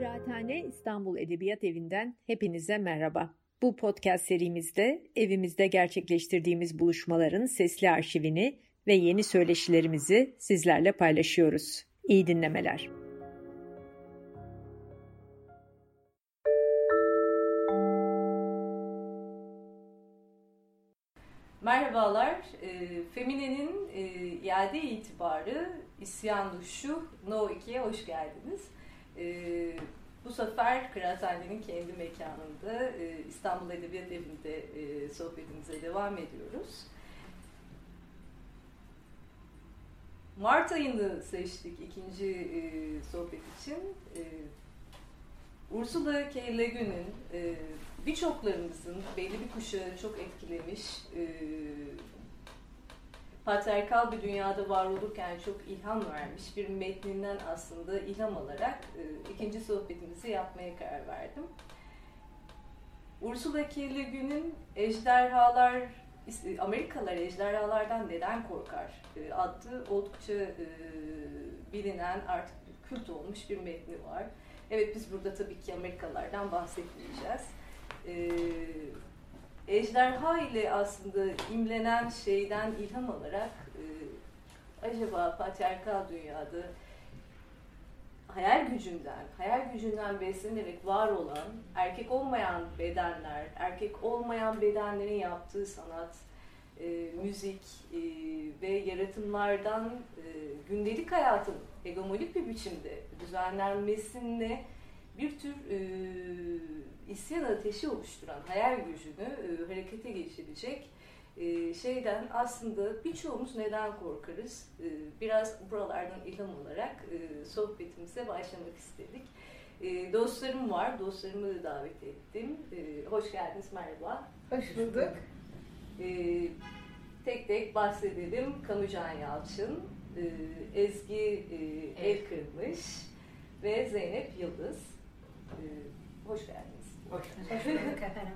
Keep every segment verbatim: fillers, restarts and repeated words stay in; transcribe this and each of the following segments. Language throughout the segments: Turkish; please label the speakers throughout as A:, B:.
A: Kıraathane İstanbul Edebiyat Evi'nden hepinize merhaba. Bu podcast serimizde evimizde gerçekleştirdiğimiz buluşmaların sesli arşivini ve yeni söyleşilerimizi sizlerle paylaşıyoruz. İyi dinlemeler. Merhabalar, e, Femine'nin e, iade itibarı İsyan Duşu No ikiye hoş geldiniz. E, bu sefer Kıraathane'nin kendi mekanında e, İstanbul Edebiyat Evi'nde e, sohbetimize devam ediyoruz. Mart ayını seçtik ikinci e, sohbet için. E, Ursula K. Le Guin'in e, birçoklarımızın belli bir kuşağı çok etkilemiş, e, patriarkal bir dünyada var olurken çok ilham vermiş bir metninden aslında ilham alarak e, ikinci sohbetimizi yapmaya karar verdim. Ursula K. Le Guin'in Ejderhalar, Amerikalılar ejderhalardan neden korkar e, adlı oldukça e, bilinen, artık kült olmuş bir metni var. Evet, biz burada tabii ki Amerikalılardan bahsetmeyeceğiz. Ee, ejderha ile aslında imlenen şeyden ilham alarak e, acaba patriarkal dünyada hayal gücünden, hayal gücünden beslenerek var olan erkek olmayan bedenler, erkek olmayan bedenlerin yaptığı sanat, e, müzik e, ve yaratımlardan e, gündelik hayatın hegemonik bir biçimde düzenlenmesine bir tür e, isyan ateşi oluşturan hayal gücünü e, harekete geçirecek e, şeyden aslında birçoğumuz neden korkarız? E, biraz buralardan ilham olarak e, sohbetimize başlamak istedik. E, dostlarım var, dostlarımı da davet ettim. E, hoş geldiniz, merhaba.
B: Hoş bulduk.
A: E, tek tek bahsedelim. Kamucan Yalçın, e, Ezgi e, El Kırmış ve Zeynep Yıldız. E, hoş geldiniz.
B: Hoş, hoş bulduk efendim.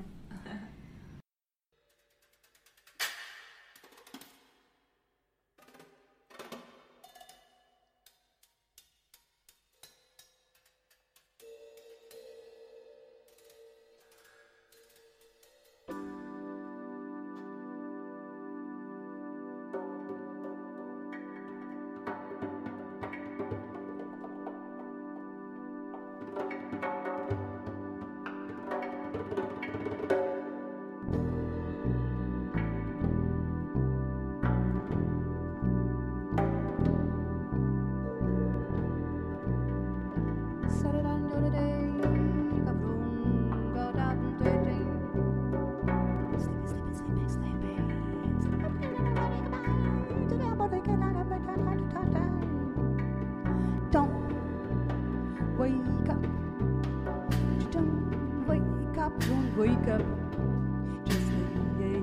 C: Wake up, just like yeah.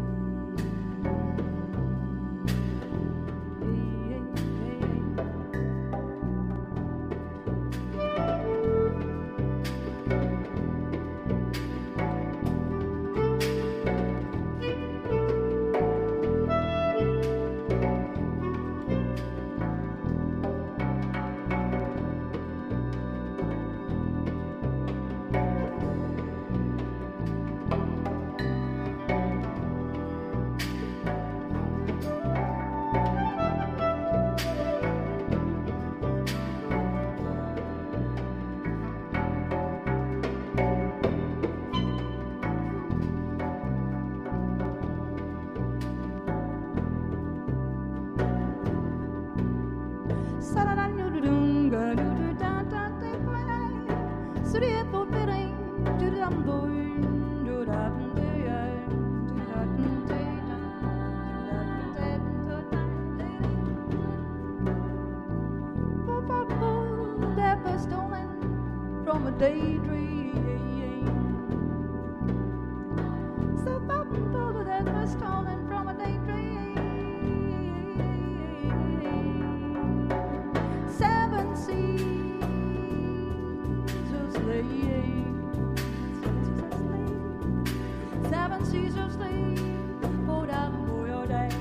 C: Daydream, so bubble that was stolen from a daydream. Seven seas of sleep, seven seas of sleep. Oh, down, boy, oh, down.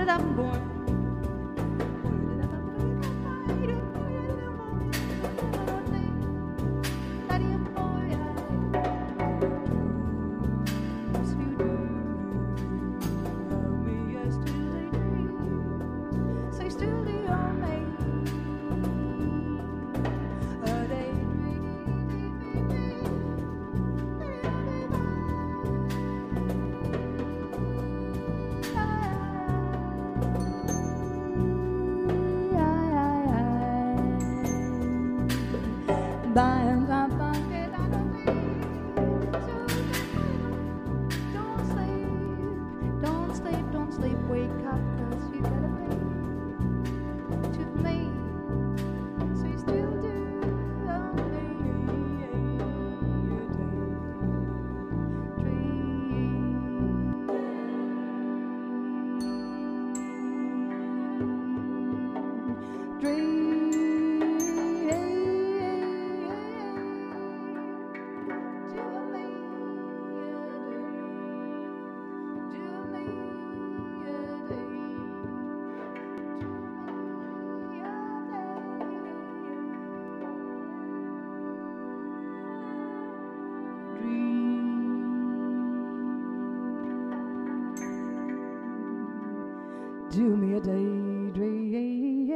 C: Do me a daydream.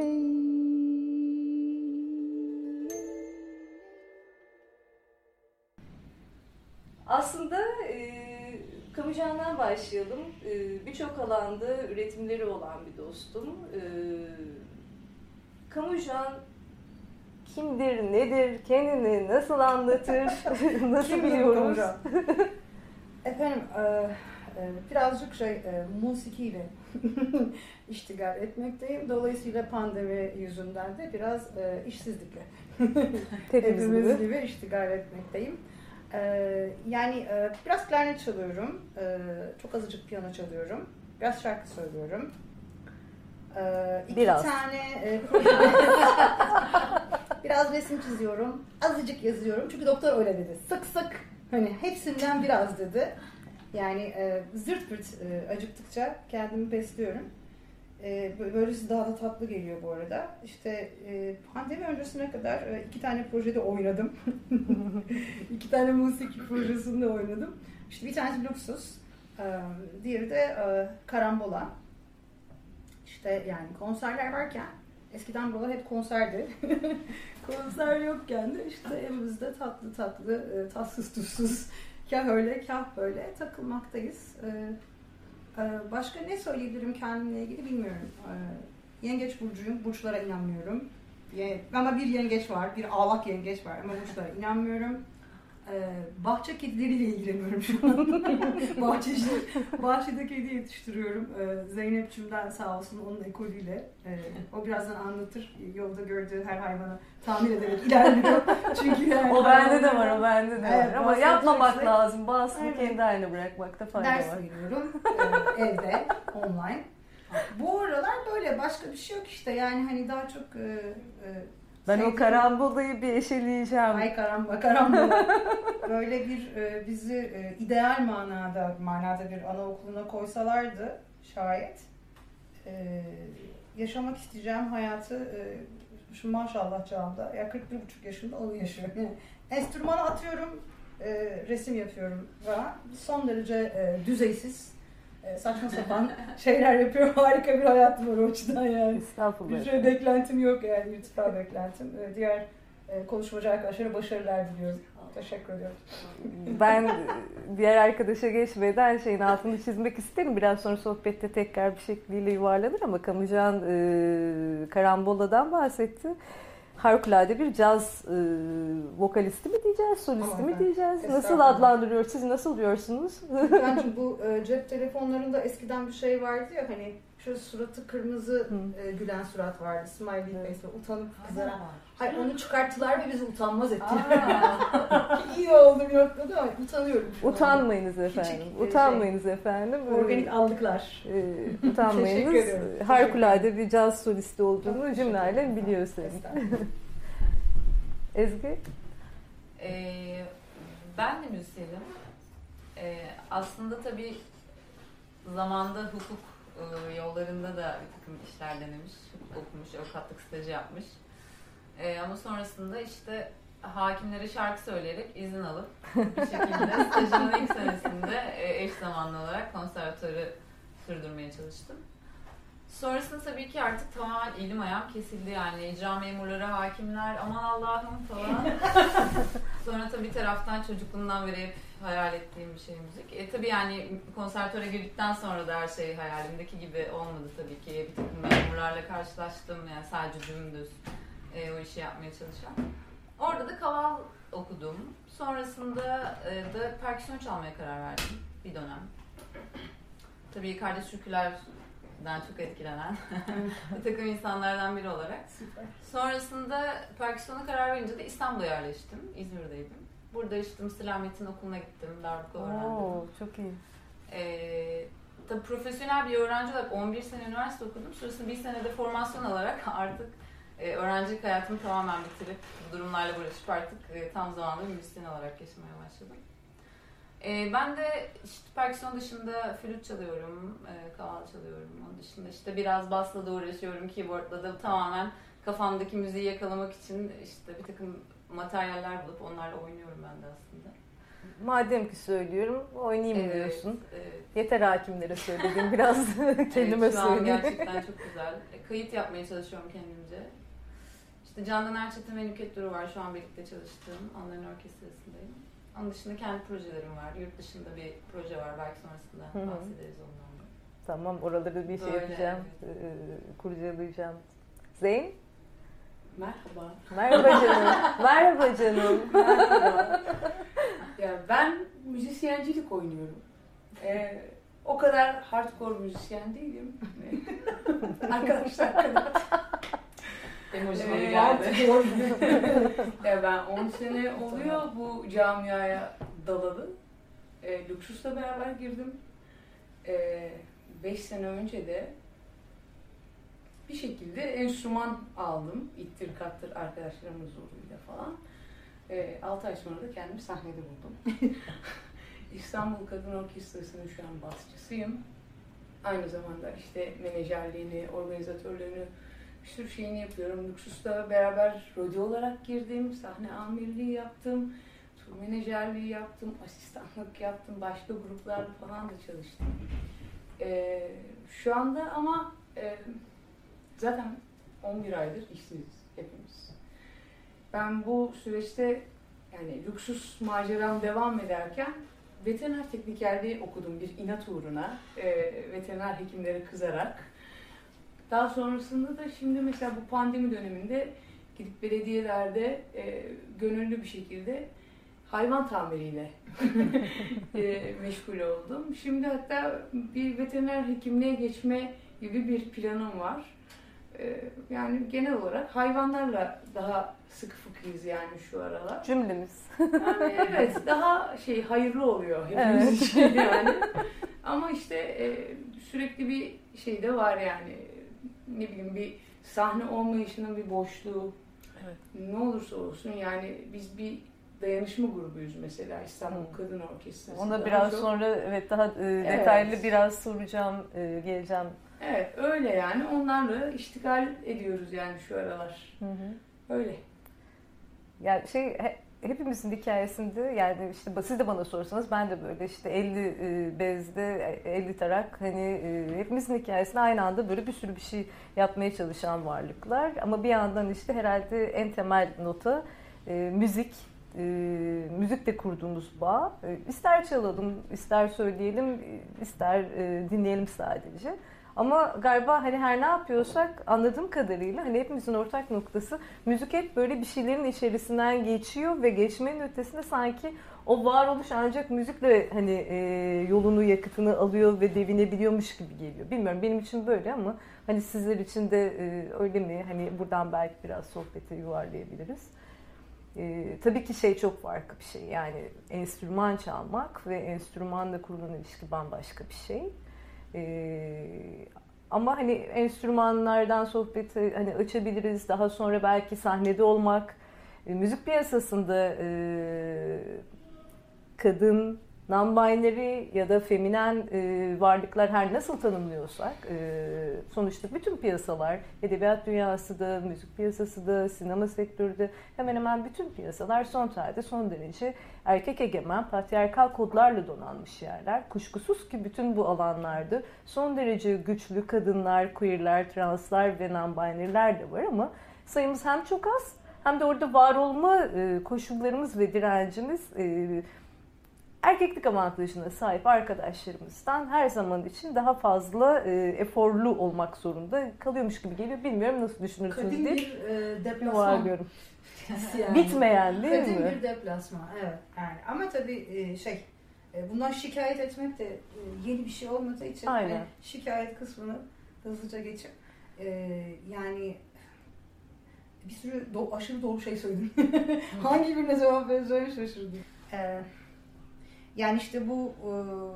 A: Aslında e, Kamucan'dan başlayalım. E, Birçok alanda üretimleri olan bir dostum. E, Kamucan kimdir, nedir, kendini nasıl anlatır, nasıl
B: Kimdir
A: biliyoruz?
B: Kamucan? Efendim, e, e, birazcık şey, e, musikiyle iştigal etmekteyim. Dolayısıyla pandemi yüzünden de biraz e, işsizlikle
A: Hepimiz gibi.
B: hepimiz gibi iştigal etmekteyim. E, yani e, biraz klarnet çalıyorum, e, çok azıcık piyano çalıyorum, biraz şarkı söylüyorum. E, iki
A: Biraz.
B: tane e, projede biraz resim çiziyorum, azıcık yazıyorum çünkü doktor öyle dedi. Sık sık, hani hepsinden biraz dedi. Yani e, zırt pırt e, acıktıkça kendimi besliyorum. E, böylesi daha da tatlı geliyor bu arada. İşte e, pandemi öncesine kadar e, iki tane projede oynadım. iki tane musiki projesinde oynadım. İşte bir tanesi Luxus, e, diğeri de e, Karambola. İşte yani konserler varken, eskiden buralar hep konserdi. Konser yokken de işte evimizde tatlı tatlı, e, tatsız tuzsuz, kah öyle kah böyle takılmaktayız. Ee, e, başka ne söyleyebilirim kendimle ilgili bilmiyorum. Ee, yengeç burcuyum, burçlara inanmıyorum. Ye- ama bir yengeç var, bir ağlak yengeç var ama burçlara inanmıyorum. Ee, bahçe kedileriyle ilgileniyorum şu an. Bahçeci, bahçede kedi yetiştiriyorum. Ee, Zeynep'cimden sağ olsun onun ekolüyle. Ee, o birazdan anlatır. Yolda gördüğü her hayvanı tahmin ederek ilerliyor. Çünkü yani
A: O bende de var, o bende de
B: Evet,
A: var. Ama
B: bahsetmek
A: yapmamak
B: üzere.
A: lazım. Bazısını
B: Aynen.
A: kendi haline bırakmakta fayda
B: ders
A: var.
B: veriyorum ee, evde, online. Bu aralar böyle, başka bir şey yok işte. Yani hani daha çok e, e,
A: Ben o
B: sevdiğim-
A: karambolayı bir eşeleyeceğim.
B: Ay karamba karamba. Böyle bir e, bizi e, ideal manada manada bir anaokuluna koysalardı şayet e, yaşamak isteyeceğim hayatı e, şu maşallah çağımda ya kırk bir buçuk yaşında onu yaşıyorum. Yani enstrümanı atıyorum, e, resim yapıyorum falan. Son derece e, düzeysiz, e, saçma sapan şeyler yapıyorum. Harika bir hayatım var o açıdan yani.
A: Estağfurullah.
B: Bir şey beklentim yok yani, irtifa beklentim. Ee, Diğer e, konuşmacı arkadaşlara başarılar diliyorum. Teşekkür ediyorum.
A: Ben diğer arkadaşa geçmeden şeyin altını çizmek isterim. Biraz sonra sohbette tekrar bir şekliyle yuvarlanır ama Kamucan e, Karambola'dan bahsetti. Harikulade bir caz e, vokalisti mi diyeceğiz, solisti
B: Aman
A: mi
B: ben,
A: diyeceğiz? Nasıl
B: estağfurullah.
A: adlandırıyoruz? Siz nasıl diyorsunuz?
B: Bence bu e, cep telefonlarında eskiden bir şey vardı ya, hani şöyle suratı kırmızı e, gülen surat vardı. Smiley face, utanıp kızaran. Hayır, onu çıkarttılar ve bizi utanmaz ettiler. İyi oldum yokladı ama utanıyorum. şu anda.
A: Utanmayınız efendim.
B: Küçük, e,
A: Utanmayınız efendim.
B: Organik aldıklar.
A: Ee,
B: Teşekkür
A: utanmayınız.
B: ediyorum. Teşekkür
A: Harikulade bir caz solisti olduğunu
B: Çok
A: cümleyle
B: teşekkür ederim.
A: biliyor senin.
B: Estağfurullah.
A: Ezgi?
D: Ee, ben de müzisyenim. Ee, aslında tabii zamanda hukuk e, yollarında da bir takım işler denemiş, okumuş, avukatlık stajı yapmış. E, ama sonrasında işte hakimlere şarkı söyleyerek izin alıp bir şekilde stajımın ilk senesinde e, eş zamanlı olarak konservatuarı sürdürmeye çalıştım. Sonrasında tabii ki artık tamamen elim ayağım kesildi, yani icra memurları, hakimler, aman Allah'ım falan. Sonra tabii bir taraftan çocukluğumdan beri hep hayal ettiğim bir şey müzik. E tabii yani konservatuara girdikten sonra da her şey hayalimdeki gibi olmadı tabii ki. Bir takım memurlarla karşılaştım, yani sadece dümdüz e, o işi yapmaya çalışan. Orada da kaval okudum. Sonrasında e, da perküsyon çalmaya karar verdim bir dönem. Tabii kardeş türkülerden çok etkilenen bir takım insanlardan biri olarak.
B: Süper.
D: Sonrasında perküsyona karar verince de İstanbul'a yerleştim. İzmir'deydim. Burada işte Selamettin Okulu'na gittim. Darbuka öğrendim.
E: Oo, çok iyi.
D: Ee, tabii profesyonel bir öğrenci olarak on bir sene üniversite okudum. Sonrasında bir senede formasyon alarak artık e, öğrencilik hayatımı tamamen bitirip bu durumlarla barışıp artık e, tam zamanlı müzisyen olarak yaşamaya başladım. E, ben de işte perküsyon dışında flüt çalıyorum, e, kaval çalıyorum. Onun dışında işte biraz basla da uğraşıyorum, keyboardla da tamamen kafamdaki müziği yakalamak için işte bir takım materyaller bulup onlarla oynuyorum ben de aslında.
E: Madem ki söylüyorum, oynayayım
D: Evet,
E: diyorsun.
D: evet.
E: Yeter hakimlere söyledim, biraz kendime
D: Evet, şu an
E: söyleyeyim.
D: gerçekten çok güzel. E, kayıt yapmaya çalışıyorum kendimce. İşte Candan Erçetin ve Nükhet Duru var şu an birlikte çalıştığım. Onların orkestrasındayım. Onun dışında kendi projelerim var. Yurt dışında bir proje var. Belki sonrasında
E: Hı hı.
D: bahsederiz ondan da.
E: Tamam, oraları bir şey
D: Böyle,
E: yapacağım,
D: evet.
E: e, kurcalayacağım. Zeyn?
F: Merhaba.
E: Merhaba canım. Merhaba canım.
F: Merhaba. Ya ben müzisyencilik oynuyorum. Ee, o kadar hardcore müzisyen değilim. Arkadaşlar kadar.
D: Emoji
F: Ee,
D: geldi.
F: hardcore. Ya ben on sene oluyor bu camiaya dalalı. Ee, Luxus'la beraber girdim. Ee, beş sene önce de bir şekilde enstrüman aldım. İttir kattır arkadaşlarımın zoruyla falan. E, altı ay sonra da kendimi sahnede buldum. İstanbul Kadın Orkestrası'nın şu an basçısıyım. Aynı zamanda işte menajerliğini, organizatörlüğünü, bir sürü şeyini yapıyorum. Luxus'la beraber rodeo olarak girdim. Sahne amirliği yaptım. Tur menajerliği yaptım. Asistanlık yaptım. Başka gruplarla falan da çalıştım. E, şu anda ama e, zaten on bir aydır işsiziz hepimiz. Ben bu süreçte yani Luxus maceram devam ederken veteriner teknikerliği okudum bir inat uğruna. E, veteriner hekimlere kızarak. Daha sonrasında da şimdi mesela bu pandemi döneminde gidip belediyelerde e, gönüllü bir şekilde hayvan tamiriyle e, meşgul oldum. Şimdi hatta bir veteriner hekimliğe geçme gibi bir planım var. Yani genel olarak hayvanlarla daha sıkı fıkıyız yani şu aralar.
E: Cümlemiz.
F: Yani evet, daha şey hayırlı oluyor hepimiz
E: Evet.
F: için yani. Ama işte e, sürekli bir şey de var yani. Ne bileyim bir sahne olmayışının bir boşluğu.
E: Evet.
F: Ne olursa olsun yani biz bir dayanışma grubuyuz mesela İstanbul
E: Hı.
F: Kadın Orkestrası.
E: Ona
F: Daha
E: biraz
F: çok-
E: sonra evet daha e,
F: Evet.
E: detaylı biraz soracağım, e, geleceğim.
F: Evet öyle yani onlarla iştigal ediyoruz yani şu aralar.
E: Hı hı.
F: Öyle.
E: Yani şey he- hepimizin hikayesinde yani işte siz de bana sorsanız ben de böyle işte elli e, bezde elli tarak hani e, hepimizin hikayesinde aynı anda böyle bir sürü bir şey yapmaya çalışan varlıklar ama bir yandan işte herhalde en temel nota e, müzik e, müzikle kurduğumuz bağ. E, ister çalalım, ister söyleyelim, ister e, dinleyelim sadece. Ama galiba hani her ne yapıyorsak anladığım kadarıyla hani hepimizin ortak noktası müzik hep böyle bir şeylerin içerisinden geçiyor ve geçmenin ötesinde sanki o varoluş ancak müzikle hani e, yolunu yakıtını alıyor ve devinebiliyormuş gibi geliyor. Bilmiyorum benim için böyle ama hani sizler için de e, öyle mi? Hani buradan belki biraz sohbete yuvarlayabiliriz. E, tabii ki şey çok farklı bir şey yani enstrüman çalmak ve enstrümanla kurulan ilişki bambaşka bir şey. Ee, ama hani enstrümanlardan sohbeti hani açabiliriz. Daha sonra belki sahnede olmak, e, müzik piyasasında e, kadın non-binary ya da feminen e, varlıklar her nasıl tanımlıyorsak e, sonuçta bütün piyasalar, edebiyat dünyası da, müzik piyasası da, sinema sektörü de hemen hemen bütün piyasalar son tarihte son derece erkek egemen, patriarkal kodlarla donanmış yerler. Kuşkusuz ki bütün bu alanlarda son derece güçlü kadınlar, queerler, translar ve non-binary'ler de var ama sayımız hem çok az hem de orada var olma e, koşullarımız ve direncimiz e, erkeklik avantajına sahip arkadaşlarımızdan her zaman için daha fazla e, eforlu olmak zorunda kalıyormuş gibi geliyor. Bilmiyorum nasıl düşünürsünüz
B: Kadın
E: diye.
B: bir e, deplasman.
E: Yuvarlıyorum.
B: Yani.
E: Bitmeyen değil
B: Kadın
E: mi?
B: bir deplasman, evet. Yani ama tabii e, şey, e, bundan şikayet etmek de e, yeni bir şey olmadığı için
E: Aynen.
B: hani şikayet kısmını hızlıca geçip e, yani bir sürü do- aşırı doğru şey söyledim. Hangi birine cevap vereceğimi şaşırdım. E, yani işte bu e,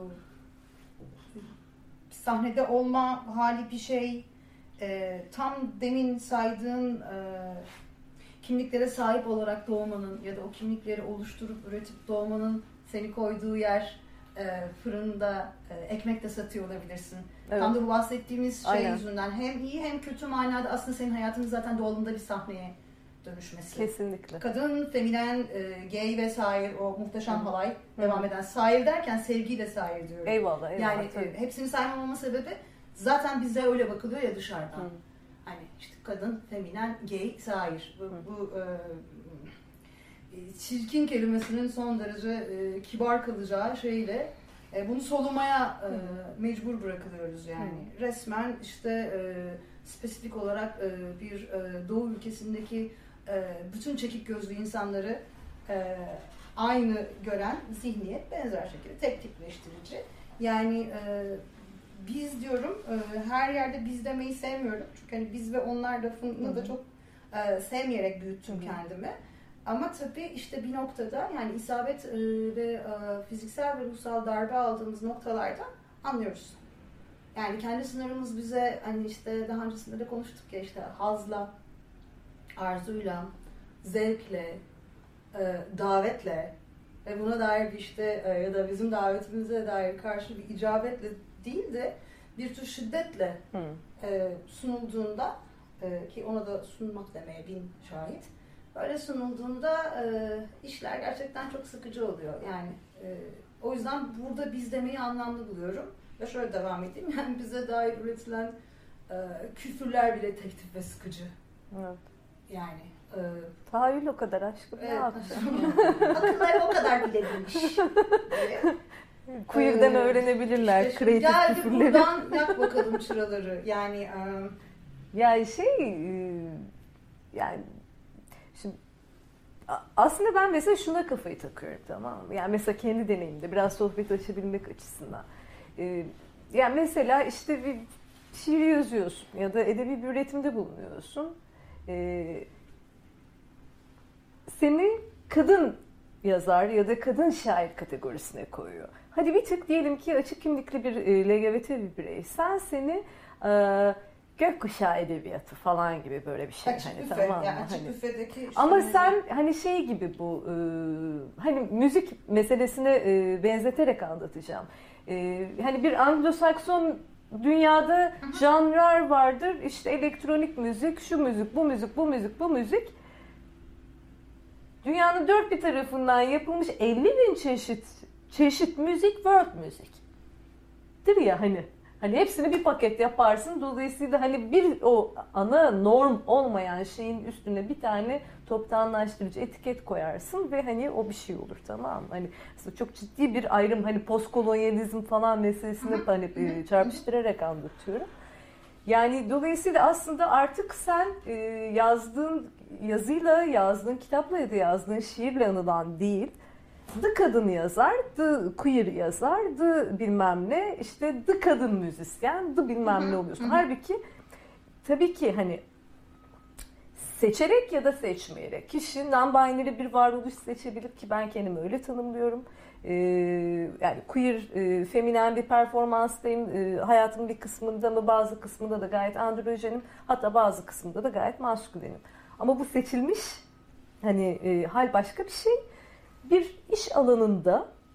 B: sahnede olma hali bir şey, e, tam demin saydığın e, kimliklere sahip olarak doğmanın ya da o kimlikleri oluşturup üretip doğmanın seni koyduğu yer, e, fırında e, ekmek de satıyor olabilirsin.
E: Evet.
B: Tam da bu bahsettiğimiz şey
E: Aynen.
B: yüzünden hem iyi hem kötü manada aslında senin hayatının zaten doğalında bir sahneye dönüşmesi.
E: Kesinlikle.
B: Kadın, feminen, e, gay vesaire o muhteşem
E: Hı.
B: halay
E: Hı.
B: devam eden. Sair derken sevgiyle sair diyorum.
E: Eyvallah, eyvallah.
B: Yani
E: tabii.
B: e, hepsini saymamamın sebebi zaten bize öyle bakılıyor ya dışarıdan.
E: Hı.
B: Hani işte kadın, feminen, gay, sair. Bu,
E: Hı.
B: bu e, çirkin kelimesinin son derece e, kibar kalacağı şeyle e, bunu solumaya e, mecbur bırakılıyoruz yani.
E: Hı.
B: Resmen işte e, spesifik olarak e, bir e, Doğu ülkesindeki e, bütün çekik gözlü insanları e, aynı gören zihniyet benzer şekilde tek tipleştirici. Yani e, biz diyorum e, her yerde biz demeyi sevmiyorum. Çünkü hani biz ve onlar lafını da çok e, sevmeyerek büyüttüm
E: Hı-hı.
B: kendimi. Ama tabii işte bir noktada yani isabet e, ve e, fiziksel ve ruhsal darbe aldığımız noktalarda anlıyoruz. Yani kendi sınırımız bize hani işte daha öncesinde de konuştuk ya işte hazla, arzuyla, zevkle, e, davetle ve buna dair bir işte e, ya da bizim davetimize dair karşı bir icabetle değil de bir tür şiddetle
E: Hı.
B: e, sunulduğunda e, ki ona da sunmak demeye bin şahit. Böyle sunulduğunda e, işler gerçekten çok sıkıcı oluyor. Yani e, o yüzden burada biz demeyi anlamlı buluyorum. Ve şöyle devam edeyim. Yani bize dair üretilen e, küfürler bile tek tip ve sıkıcı.
E: Evet.
B: Yani e,
E: Tahayyül o kadar aşkım. Ne
B: evet,
E: yapacağım?
B: akılları o kadar bile değilmiş. Böyle.
E: Queer'den
B: Ee,
E: öğrenebilirler
B: İşte şimdi
E: kreatif
B: geldi
E: küfürleri.
B: buradan yak bakalım çıraları. Yani e,
E: Yani şey e, yani şimdi a- aslında ben mesela şuna kafayı takıyorum, tamam mı? Yani mesela kendi deneyimde biraz sohbet açabilmek açısından. E, yani mesela işte bir şiir yazıyorsun ya da edebi bir üretimde bulunuyorsun. E, seni kadın yazar ya da kadın şair kategorisine koyuyor. Hadi bir tık diyelim ki açık kimlikli bir e, L G B T bir bireysen seni e, gökkuşağı edebiyatı falan gibi böyle bir şey.
B: açık
E: hani,
B: büfe.
E: tamam mı?
B: Yani açık
E: Hani-
B: büfedeki
E: Ama
B: şey-
E: sen hani şey gibi bu e, hani müzik meselesine e, benzeterek anlatacağım. E, hani bir Anglo-Sakson dünyada janrlar vardır. İşte elektronik müzik, şu müzik, bu müzik, bu müzik, bu müzik. Dünyanın dört bir tarafından yapılmış elli bin çeşit çeşit müzik, world müzik. Dir ya hani. Hani hepsini bir paket yaparsın. Dolayısıyla hani bir o ana norm olmayan şeyin üstüne bir tane toptanlaştırıcı etiket koyarsın ve hani o bir şey olur, tamam mı? Hani aslında çok ciddi bir ayrım, hani postkolonyalizm falan meselesini hani e, çarpıştırarak anlatıyorum. Yani dolayısıyla aslında artık sen e, yazdığın yazıyla, yazdığın kitapla ya da yazdığın şiirle anılan değil, The kadın yazar, The queer yazar, The bilmem ne, işte The kadın müzisyen, The bilmem ne oluyorsun. Halbuki tabii ki hani seçerek ya da seçmeyerek kişi non-binary bir varoluş seçebilir ki ben kendimi öyle tanımlıyorum. Ee, yani queer, e, feminen bir performanstayım. E, hayatımın bir kısmında mı bazı kısmında da gayet androjenim. Hatta bazı kısmında da gayet maskülenim. Ama bu seçilmiş hani e, hal başka bir şey. Bir iş alanında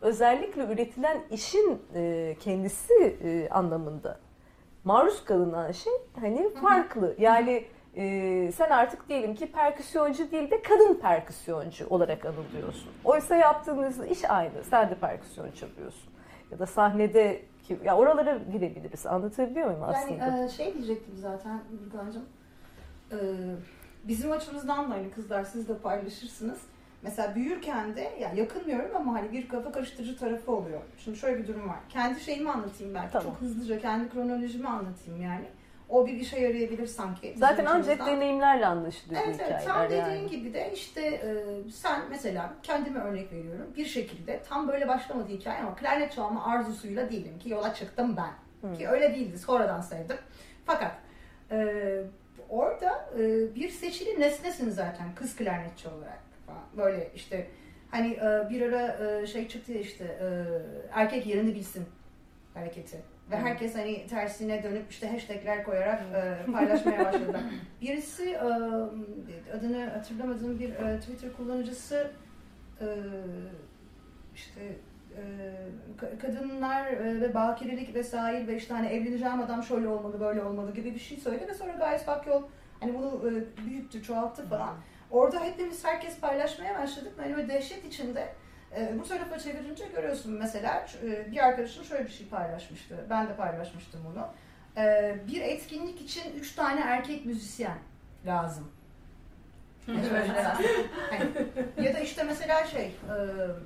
E: özellikle üretilen işin e, kendisi e, anlamında maruz kalınan şey hani farklı. Yani e, sen artık diyelim ki perküsyoncu değil de kadın perküsyoncu olarak anılıyorsun. Oysa yaptığınız iş aynı. Sen de perküsyon çalıyorsun. Ya da sahnede ki, ya oralara girebiliriz. Anlatabiliyor muyum aslında?
B: Yani e, şey diyecektim zaten Gülkan'cığım. E, bizim açımızdan da hani kızlar siz de paylaşırsınız. Mesela büyürken de ya yakınmıyorum ama hani bir kafa karıştırıcı tarafı oluyor. Şimdi şöyle bir durum var. Kendi şeyimi anlatayım belki.
E: Tamam.
B: Çok hızlıca kendi kronolojimi anlatayım yani. O bir işe yarayabilir sanki. bizim
E: Zaten ancak
B: açımızdan.
E: deneyimlerle anlaşılıyor bu
B: Evet, evet,
E: hikayeler
B: tam dediğin
E: yani.
B: gibi de işte e, sen mesela kendime örnek veriyorum. Bir şekilde tam böyle başlamadı hikaye ama klarnet çalma arzusuyla değilim ki yola çıktım ben.
E: Hı.
B: Ki öyle değildi. Sonradan sevdim. Fakat e, orada e, bir seçili nesnesin zaten kız klarnetçi olarak falan. Böyle işte hani e, bir ara e, şey çıktı ya işte e, erkek yerini bilsin hareketi. Ve herkes hani tersine dönüp işte hashtagler koyarak e, paylaşmaya başladılar. Birisi e, adını hatırlamadığım bir e, Twitter kullanıcısı e, işte e, ka- kadınlar e, ve bakirelik vesaire ve işte hani evleneceğim adam şöyle olmalı böyle olmalı gibi bir şey söyledi ve sonra Gayet Bakyol hani bunu e, büyüttü çoğalttı falan. Orada hepimiz herkes paylaşmaya başladık. Hani böyle dehşet içinde e, bu tarafa çevirince görüyorsun mesela e, bir arkadaşım şöyle bir şey paylaşmıştı. Ben de paylaşmıştım bunu. E, bir etkinlik için üç tane erkek müzisyen lazım. Yani şöyle hani, ya da işte mesela şey e,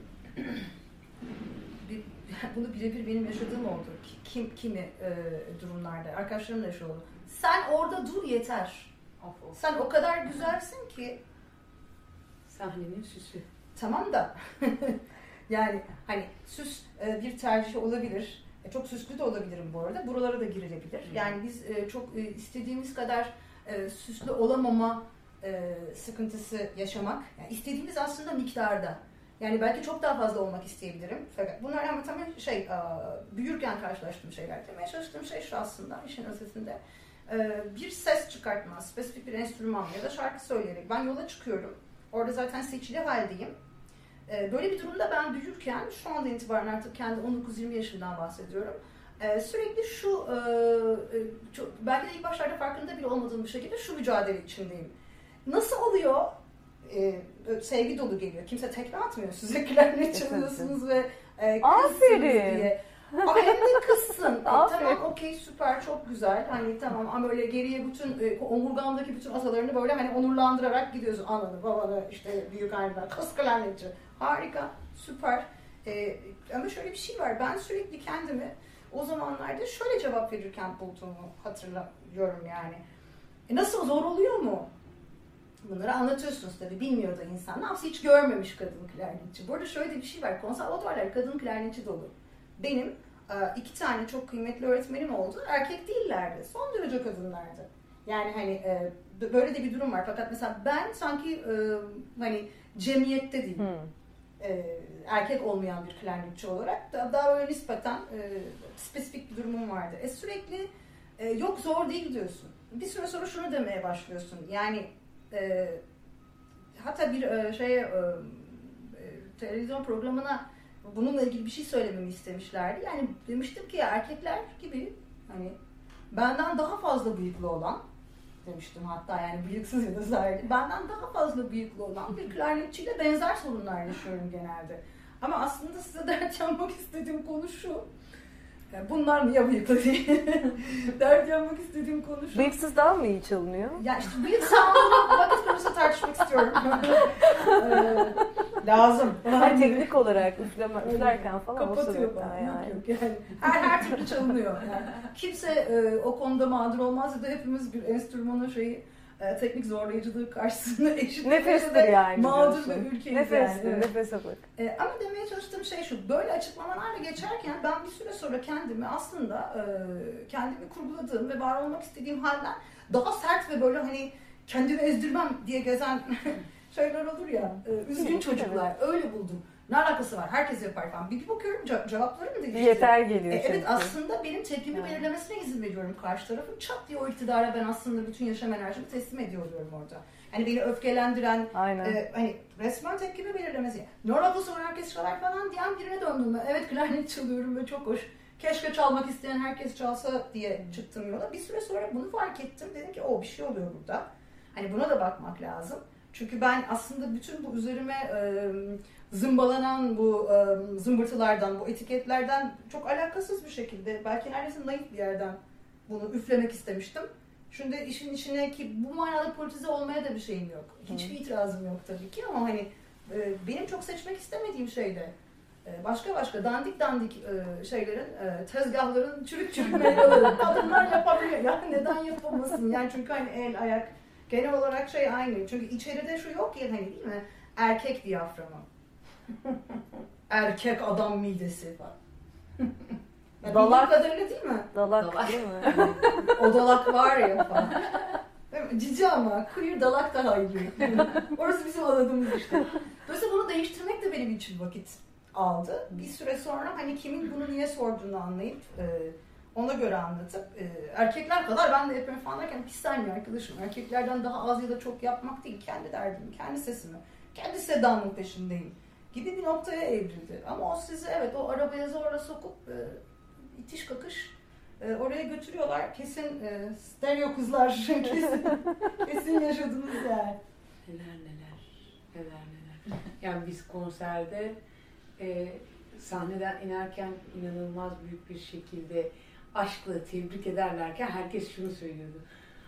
B: bir, bunu birebir benim yaşadığım oldu. Kim kimi e, durumlarda arkadaşlarımla yaşıyor oldu. Sen orada dur yeter.
F: Of of.
B: Sen o kadar güzelsin ki
F: Sahnenin süsü.
B: tamam da yani hani süs e, bir tercih olabilir. E, çok süslü de olabilirim bu arada. Buralara da girilebilir. Yani biz e, çok e, istediğimiz kadar e, süslü olamama e, sıkıntısı yaşamak. Yani istediğimiz aslında miktarda. Yani belki çok daha fazla olmak isteyebilirim. Fakat bunlar ama tabii şey e, büyürken karşılaştığım şeyler. Demeye çalıştığım şey şu aslında işin özetinde. E, bir ses çıkartma, spesifik bir enstrüman ya da şarkı söyleyerek ben yola çıkıyorum. Orada zaten seçili haldeyim. Böyle bir durumda ben büyürken, şu anda itibaren artık kendi on dokuz yirmi yaşından bahsediyorum. Sürekli şu, belki de ilk başlarda farkında bile olmadığım bir şekilde şu mücadele içindeyim. Nasıl oluyor? Sevgi dolu geliyor. Kimse tekme atmıyor. Size klarnet çalıyorsunuz ve kızsınız diye. Ama hem de kızsın. Tamam, okey, süper, çok güzel. Hani tamam ama böyle geriye bütün e, omurgamdaki bütün atalarını böyle hani onurlandırarak gidiyorsun. Ananı, babanı, işte büyük anneler, kız klarnetçi. Harika, süper. E, ama şöyle bir şey var. Ben sürekli kendimi o zamanlarda şöyle cevap verirken bulduğumu hatırlıyorum yani. E, nasıl, zor oluyor mu? Bunları anlatıyorsunuz tabii. Bilmiyor da insan. Ne yapsa hiç görmemiş kadın klarnetçi. Bu arada şöyle bir şey var. Konservatuvarlar kadın klarnetçi dolu. Benim iki tane çok kıymetli öğretmenim oldu. Erkek değillerdi. Son derece kadınlardı. Yani hani böyle de bir durum var. Fakat mesela ben sanki hani cemiyette değil. Hmm. Erkek olmayan bir klarnetçi olarak da daha böyle nispeten spesifik bir durumum vardı. E sürekli yok zor değil diyorsun. Bir süre sonra şunu demeye başlıyorsun. Yani hatta bir şey televizyon programına bununla ilgili bir şey söylememi istemişlerdi. Yani demiştim ki ya erkekler gibi hani benden daha fazla bıyıklı olan demiştim hatta yani bıyıksız ya da zahirli. Benden daha fazla bıyıklı olan bir klarnetçiyle benzer sorunlar yaşıyorum genelde. Ama aslında size dert yanmak istediğim konu şu. Yani bunlar niye bıyıklı değil? Dert yanmak istediğim konu şu.
E: Bıyıksız daha mı iyi çalınıyor?
B: Ya işte bıyık sağlığını vakit konusu tartışmak istiyorum. ee, lazım.
E: Yani teknik olarak üfleme, üflerken falan
B: kapatıyor
E: falan.
B: falan.
E: Yani.
B: Yok, yok yani. Her, her türlü çalınıyor. Yani kimse e, o konuda mağdur olmaz ya da hepimiz bir enstrümanın şeyi e, teknik zorlayıcılığı karşısında eşit
E: nefestir yani.
B: Mağdur bir ülkeyiz
E: nefestir,
B: yani.
E: Nefese bak.
B: E, ama demeye çalıştığım şey şu, böyle açıklamalarla geçerken ben bir süre sonra kendimi aslında e, kendimi kurguladığım ve var olmak istediğim halden daha sert ve böyle hani kendimi ezdirmem diye gezen şeyler olur ya, e, üzgün çocuklar, öyle buldum. Ne alakası var? Herkes yapar falan. Bir, bir bakıyorum ce- cevapları mı değişti?
E: Yeter geliyor
B: E, evet
E: çünkü.
B: aslında benim tepkimi
A: Yani.
B: belirlemesine izin veriyorum karşı tarafın. Çat diye o iktidara ben aslında bütün yaşam enerjimi teslim ediyorum orada. Hani beni öfkelendiren,
E: Aynen.
B: e, hani resmen tepkimi belirlemesi. Ne alakası var herkes çalar falan diyen birine döndüm ben. Evet klarnet çalıyorum ve çok hoş. Keşke çalmak isteyen herkes çalsa diye çıktım yola. Bir süre sonra bunu fark ettim. Dedim ki o bir şey oluyor burada. Hani buna da bakmak lazım. Çünkü ben aslında bütün bu üzerime e, zımbalanan bu e, zımbırtılardan, bu etiketlerden çok alakasız bir şekilde, belki neredeyse naif bir yerden bunu üflemek istemiştim. Şimdi işin içine ki bu manada politize olmaya da bir şeyim yok. Hiçbir itirazım yok tabii ki ama hani e, benim çok seçmek istemediğim şey de e, başka başka dandik dandik e, şeylerin, e, tezgahların çürük çürük meyveleri. Kadınlar yapabiliyor. Ya neden yapamasın? Yani çünkü hani el, ayak genel olarak şey aynı. Çünkü içeride şu yok ya hani değil mi? Erkek diyaframı. Erkek adam midesi falan. Ya
E: Dalak.
B: bildiğim kadarıyla değil mi?
E: Dalak,
D: Dalak.
E: değil mi?
B: O dalak var ya falan. Değil mi? Cici ama queer dalak daha iyi. Orası bizim alanımız işte. Dolayısıyla bunu değiştirmek de benim için vakit aldı. Bir süre sonra hani kimin bunu niye sorduğunu anlayıp e, ona göre anlatıp e, erkekler kadar ben de yapıyorum falan derken pis saniye arkadaşım. Erkeklerden daha az ya da çok yapmak değil. Kendi derdimi, kendi sesimi, kendi sedamın peşindeyim gibi bir noktaya evrildi. Ama o sizi evet o arabaya zorla sokup e, itiş kakış e, oraya götürüyorlar. Kesin e, stereo kızlar kesin, kesin yaşadınız yani.
F: Neler neler, neler neler. Yani biz konserde e, sahneden inerken inanılmaz büyük bir şekilde aşkla tebrik ederlerken herkes şunu söylüyordu.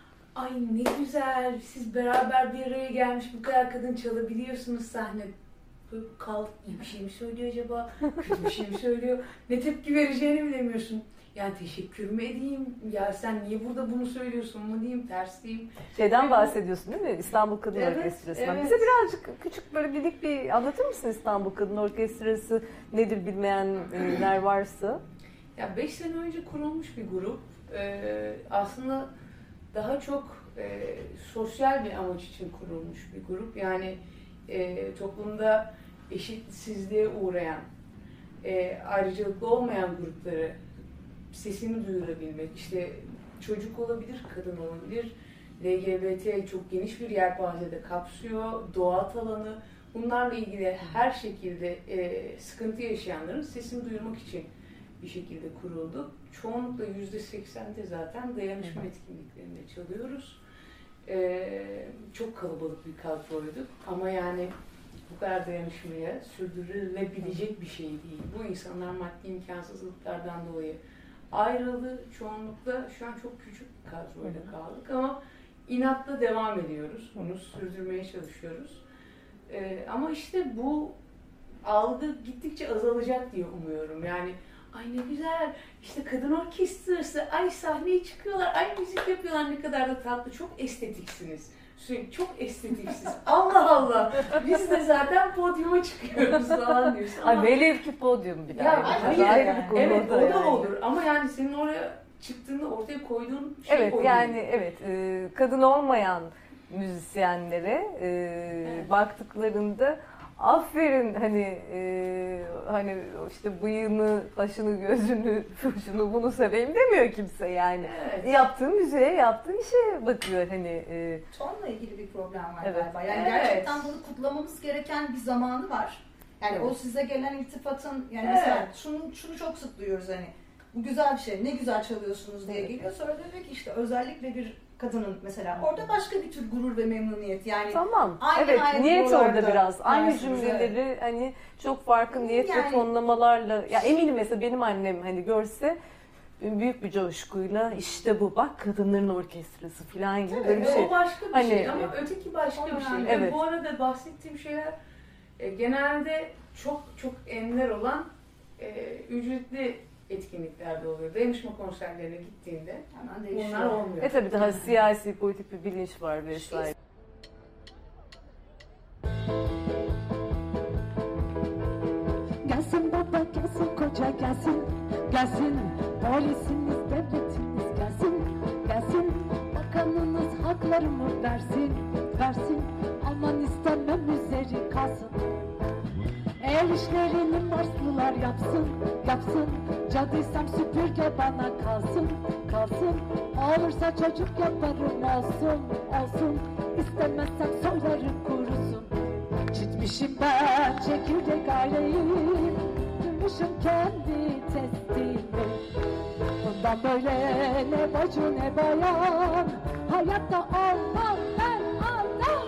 F: Ay ne güzel, siz beraber bir araya gelmiş bu kadar kadın çalabiliyorsunuz sahne. Böyle kaldık, iyi bir şey mi söylüyor acaba, kötü bir şey mi söylüyor, ne tepki vereceğini bilemiyorsun. Yani teşekkür mü edeyim, ya sen niye burada bunu söylüyorsun mu diyeyim, ters diyeyim.
E: Şeyden bahsediyorsun değil mi? İstanbul Kadın
F: Evet,
E: Orkestrası'ndan.
F: evet.
E: Bize birazcık küçük böyle minik bir anlatır mısın İstanbul Kadın Orkestrası nedir bilmeyenler varsa?
F: Ya beş sene önce kurulmuş bir grup. Ee, aslında daha çok e, sosyal bir amaç için kurulmuş bir grup. Yani e, toplumda eşitsizliğe uğrayan, e, ayrıcalıklı olmayan grupları sesini duyurabilmek. İşte çocuk olabilir, kadın olabilir, L G B T çok geniş bir yelpazede kapsıyor, doğat alanı. Bunlarla ilgili her şekilde e, sıkıntı yaşayanların sesini duyurmak için bir şekilde kuruldu. Çoğunlukla yüzde seksende zaten dayanışma etkinliklerinde çalıyoruz. Ee, çok kalabalık bir kadroyduk ama yani bu kadar dayanışmaya sürdürülebilecek bir şey değil. Bu insanlar maddi imkansızlıklardan dolayı ayrıldı. Çoğunlukla şu an çok küçük bir kadroyla kaldık ama inatla devam ediyoruz. Bunu sürdürmeye çalışıyoruz. Ee, ama işte bu algı gittikçe azalacak diye umuyorum. Yani ay ne güzel, işte kadın orkestrası, ay sahneye çıkıyorlar, ay müzik yapıyorlar, ne kadar da tatlı, çok estetiksiniz. Sürekli çok estetiksiz. Allah Allah, biz de zaten podyuma çıkıyoruz falan diyorsun.
E: Ay velev ki podyum bile.
F: Ya,
E: ayrı.
F: hayır
E: Ayrı
B: yani.
E: bir konu
F: evet
E: da
F: o da
E: yani.
F: olur ama yani senin oraya çıktığında ortaya koyduğun şey
E: Evet
F: o
E: yani
F: değil.
E: evet e, kadın olmayan müzisyenlere e,
F: Evet.
E: baktıklarında aferin hani e, hani işte bıyığını, kaşını, gözünü, şunu bunu seveyim demiyor kimse yani.
F: Evet.
E: Yaptığı müziğe, yaptığı işe bakıyor hani. E,
B: Tonla ilgili bir problem var
E: Evet.
B: galiba. Yani
F: Evet.
B: gerçekten bunu kutlamamız gereken bir zamanı var. Yani
E: Evet.
B: o size gelen iltifatın yani
F: Evet.
B: mesela şunu şunu çok sık duyuyoruz hani bu güzel bir şey, ne güzel çalıyorsunuz diye
E: Evet.
B: geliyor. Sonra diyor ki işte özellikle bir kadının mesela orada başka bir tür gurur ve memnuniyet yani.
E: tamam.
B: Aynı
E: evet
B: aynı
E: niyet
B: buralarda
E: orada biraz. Aynı
B: dersiniz,
E: cümleleri hani çok farklı niyet ve
B: Yani-
E: tonlamalarla. Ya eminim mesela benim annem hani görse büyük bir coşkuyla işte bu bak kadınların orkestrası falan gibi böyle bir
F: Evet,
E: şey.
F: o başka bir
E: Hani-
F: şey ama öteki başka bir şey.
B: Evet.
F: Ve
E: Evet.
F: bu arada bahsettiğim şeyler e, genelde çok çok ender olan e, ücretli etkinliklerde oluyor. Dayanışma konserlerine gittiğinde
B: Hemen değişiyor.
F: bunlar olmuyor.
E: E tabii daha siyasi politik bir bilinç var vesaire.
C: Gelsin baba gelsin koca gelsin gelsin polisimiz devletimiz gelsin gelsin bakanınız haklarımı versin versin aman istemem üzeri kalsın el işler Marslılar yapsın, yapsın. Cadıysam süpürge bana kalsın, kalsın. Olursa çocuk yaparım olsun, olsun. İstemezsem soylarım kurusun. Çitmişim ben çekirdek aileyi, durmuşum kendi testimi. Bundan böyle ne bacı ne bayan, hayatta olmam ben adam.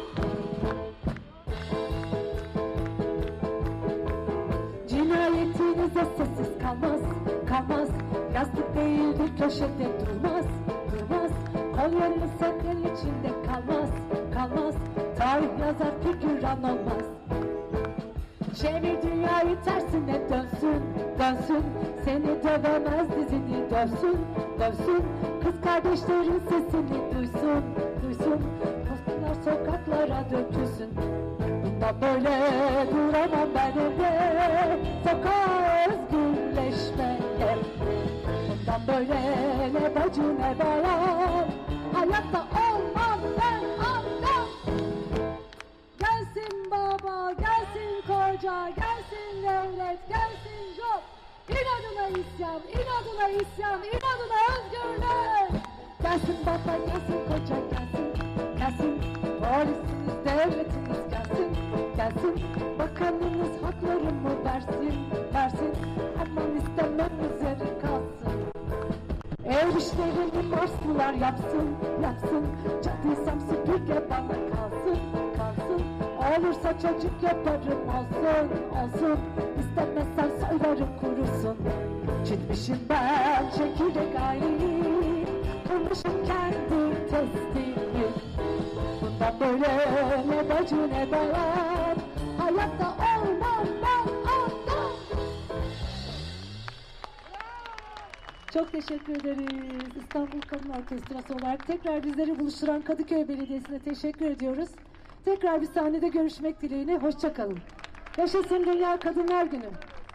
C: Cinayetinize sessiz kalmaz, kalmaz. Yastık değildir köşede durmaz, durmaz. Kolyenin sakın içinde kalmaz, kalmaz. Tarih yazar figüran olmaz. Çevir dünyayı tersine dönsün, dönsün. Seni dövemez dizini dövsün, dövsün. Kız kardeşlerin sesini duysun, duysun. Postlar sokaklara dökülsün. Bundan böyle duramam ben evde, sokağa özgürleşmeye. Bundan böyle ne bacı ne bayan, hayatta olmam ben adam. Gelsin baba, gelsin koca, gelsin devlet, gelsin job. İnadına isyan, inadına isyan, inadına özgürlük. Gelsin baba, gelsin koca, gelsin, gelsin. Polisiniz, devletiniz gelsin, gelsin. Bakanınız haklarımı versin, versin. Aman istemem üzeri kalsın. Ev işlerini Marslılar yapsın, yapsın. Cadıysam süpürge bana kalsın, kalsın. Olursa çocuk yaparım olsun, olsun. İstemezsem soylarım kurusun. Çitmişim ben çekirdek aileyi, kurmuşum kendi testimi. Bundan böyle ne bacı ne bayan, hayatta olmam ben adam. Çok teşekkür ederiz. İstanbul Kadın Orkestrası olarak tekrar bizleri buluşturan Kadıköy Belediyesi'ne teşekkür ediyoruz. Tekrar bir sahnede görüşmek dileğiyle. Hoşça kalın. Yaşasın Dünya Kadınlar Günü.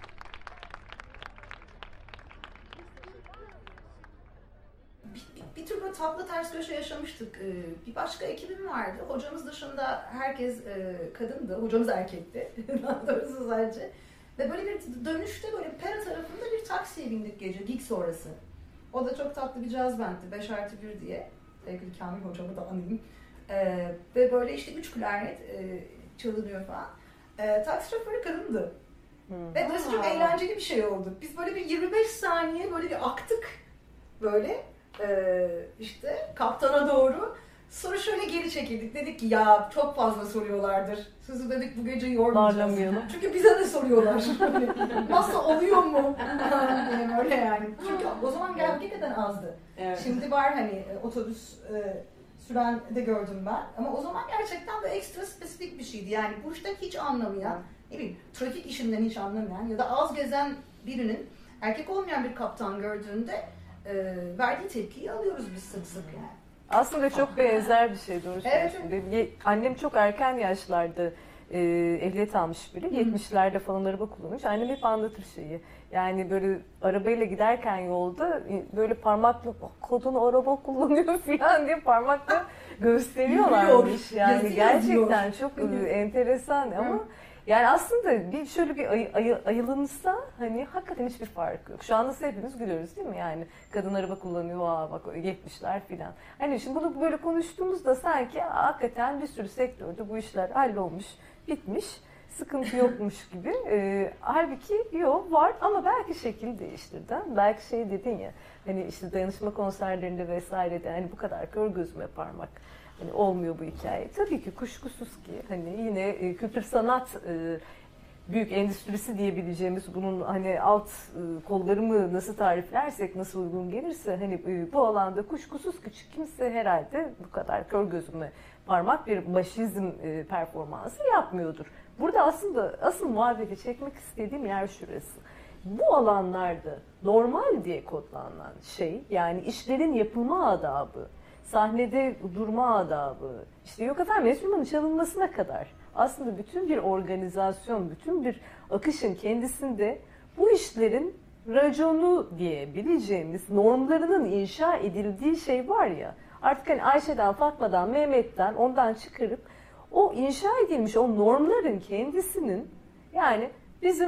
B: Bir, bir tür böyle tatlı ters köşe yaşamıştık. Ee, bir başka ekibim vardı. Hocamız dışında herkes e, kadındı. Hocamız erkekti. Daha doğrusu sadece. Ve böyle bir dönüşte böyle Pera tarafında bir taksiye bindik gece, gig sonrası. O da çok tatlı bir caz bandti, beş artı bir diye. Sevgili Kamil hocamı da anayım. Ee, ve böyle işte üç klarnet e, çalınıyor falan. Ee, taksi şoförü kadındı. Hmm. Ve burası çok eğlenceli bir şey oldu. Biz böyle bir yirmi beş saniye böyle bir aktık. Böyle e, işte kaptana doğru. Sonra şöyle geri çekildik. Dedik ki ya çok fazla soruyorlardır. Sizi dedik bu gece yormayacağız. Çünkü bize de soruyorlar. Nasıl oluyor mu? Benim öyle yani. Çünkü o zaman gerçekten azdı. Evet. Şimdi var hani otobüs e, süren de gördüm ben. Ama o zaman gerçekten böyle ekstra spesifik bir şeydi. Yani bu işten hiç anlamayan, ne bileyim trafik işinden hiç anlamayan ya da az gezen birinin erkek olmayan bir kaptan gördüğünde e, verdiği tepkiyi alıyoruz biz sık sık yani.
E: Aslında çok benzer bir şey doğru
B: evet.
E: söylüyorsun. Annem çok erken yaşlarda e, ehliyet almış biri. yetmişlerde falan araba kullanmış. Annem hep anlatır şeyi. Yani böyle arabayla giderken yolda böyle parmakla kadın araba kullanıyor falan diye parmakla gösteriyorlarmış. Yani gerçekten çok enteresan ama yani aslında bir şöyle bir ay, ay, ayılınsa hani hakikaten hiçbir farkı yok. Şu anda hepimiz gülüyoruz değil mi? Yani kadın araba kullanıyor, aa bak yetmişler filan. Hani şimdi bunu böyle konuştuğumuzda sanki hakikaten bir sürü sektörde bu işler hallolmuş, bitmiş, sıkıntı yokmuş gibi. Ee, halbuki yok var ama belki şekil değiştirdi. Belki şey dedin ya hani işte dayanışma konserlerinde vesairede hani bu kadar kör gözüme parmak. Hani olmuyor bu hikaye. Tabii ki kuşkusuz ki hani yine e, kültür sanat e, büyük endüstrisi diyebileceğimiz bunun hani alt e, kolları mı nasıl tariflersek nasıl uygun gelirse hani e, bu alanda kuşkusuz ki kimse herhalde bu kadar kör gözüme parmak bir maşizm e, performansı yapmıyordur. Burada aslında asıl muhabbeti çekmek istediğim yer şurası. Bu alanlarda normal diye kodlanan şey yani işlerin yapılma adabı, sahnede durma adabı, işte yok efendim enstrümanın çalınmasına kadar aslında bütün bir organizasyon, bütün bir akışın kendisinde bu işlerin raconu diyebileceğimiz normlarının inşa edildiği şey var ya artık hani Ayşe'den, Fatma'dan, Mehmet'ten ondan çıkarıp o inşa edilmiş o normların kendisinin yani bizim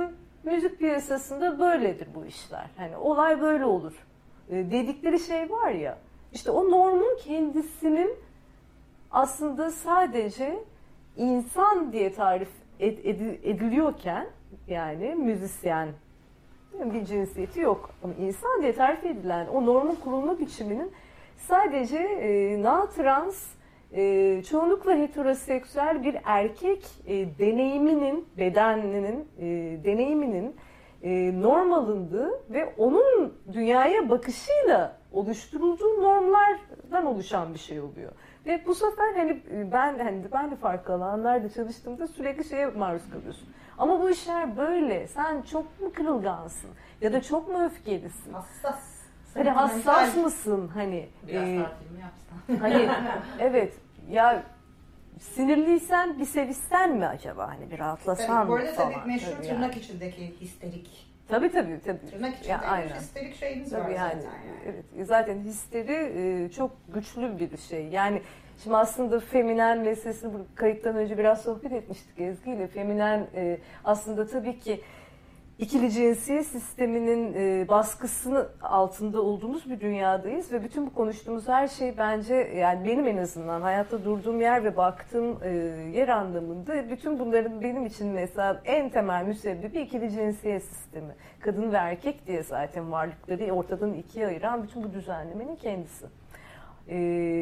E: müzik piyasasında böyledir bu işler. Hani olay böyle olur. E, dedikleri şey var ya, işte o normun kendisinin aslında sadece insan diye tarif ed, ed, ediliyorken, yani müzisyen bir cinsiyeti yok ama insan diye tarif edilen o normun kurulma biçiminin sadece e, na-trans, e, çoğunlukla heteroseksüel bir erkek e, deneyiminin, bedeninin e, deneyiminin e, norm alındığı ve onun dünyaya bakışıyla oluşturulduğu normlardan oluşan bir şey oluyor. Ve bu sefer hani ben hani ben de farklı alanlarda çalıştığımda sürekli şeye maruz kalıyorsun. Ama bu işler böyle. Sen çok mu kırılgansın? Ya da çok mu öfkelisin?
B: Hassas.
E: Hani hassas mısın? Hani
D: Biraz
E: e,
D: tatil mi yapsan?
E: hani evet ya sinirliysen bir sevişsen mi acaba? Hani bir rahatlasan
B: Bu
E: mı
B: arada
E: falan.
B: tabii meşhur
E: Tabii
B: tırnak
E: yani.
B: içindeki histerik.
E: Tabii tabii tabii.
B: Tırnak içinde
E: Ya,
B: bir
E: aynen.
B: histerik şeyimiz
E: Tabii
B: var
E: yani,
B: zaten. Yani.
E: evet, zaten histeri e, çok güçlü bir şey. Yani şimdi aslında feminen meselesini bu kayıttan önce biraz sohbet etmiştik Ezgi ile. Feminen e, aslında tabii ki ikili cinsiyet sisteminin e, baskısını altında olduğumuz bir dünyadayız ve bütün bu konuştuğumuz her şey bence, yani benim en azından hayatta durduğum yer ve baktığım e, yer anlamında bütün bunların benim için mesela en temel müsebbibi ikili cinsiyet sistemi. Kadın ve erkek diye zaten varlıkları ortadan ikiye ayıran bütün bu düzenlemenin kendisi. E,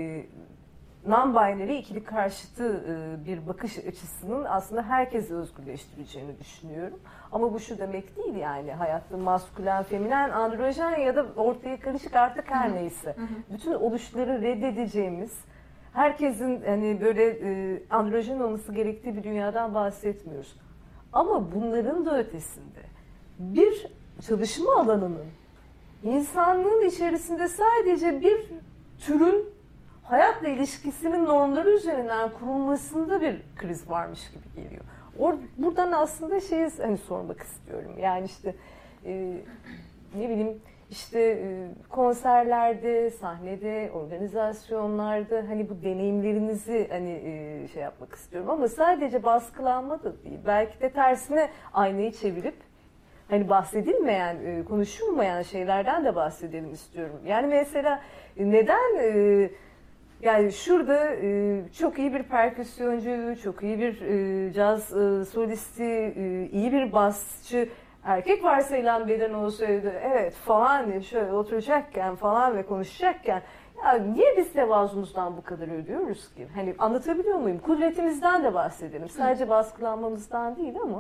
E: non-binary ikili karşıtı e, bir bakış açısının aslında herkesi özgürleştireceğini düşünüyorum. Ama bu şu demek değil, yani hayatta maskülen, feminen, androjen ya da ortaya karışık artık her neyse. Bütün oluşları reddedeceğimiz, herkesin hani böyle e, androjen olması gerektiği bir dünyadan bahsetmiyoruz. Ama bunların da ötesinde bir çalışma alanının insanlığın içerisinde sadece bir türün hayatla ilişkisinin normları üzerinden kurulmasında bir kriz varmış gibi geliyor. Or, buradan aslında şeyi hani sormak istiyorum. Yani işte e, ne bileyim işte e, konserlerde, sahnede, organizasyonlarda hani bu deneyimlerinizi hani e, şey yapmak istiyorum ama sadece baskılanma da değil. Belki de tersine aynayı çevirip hani bahsedilmeyen, e, konuşulmayan şeylerden de bahsedelim istiyorum. Yani mesela neden e, yani şurada e, çok iyi bir perküsyoncu, çok iyi bir e, caz e, solisti, e, iyi bir basçı, erkek varsayılan beden olsaydı evet falan diye şöyle oturacakken falan ve konuşacakken ya niye biz tevazumuzdan bu kadar ödüyoruz ki? Hani anlatabiliyor muyum? Kudretimizden de bahsedelim. Sadece baskılanmamızdan değil ama.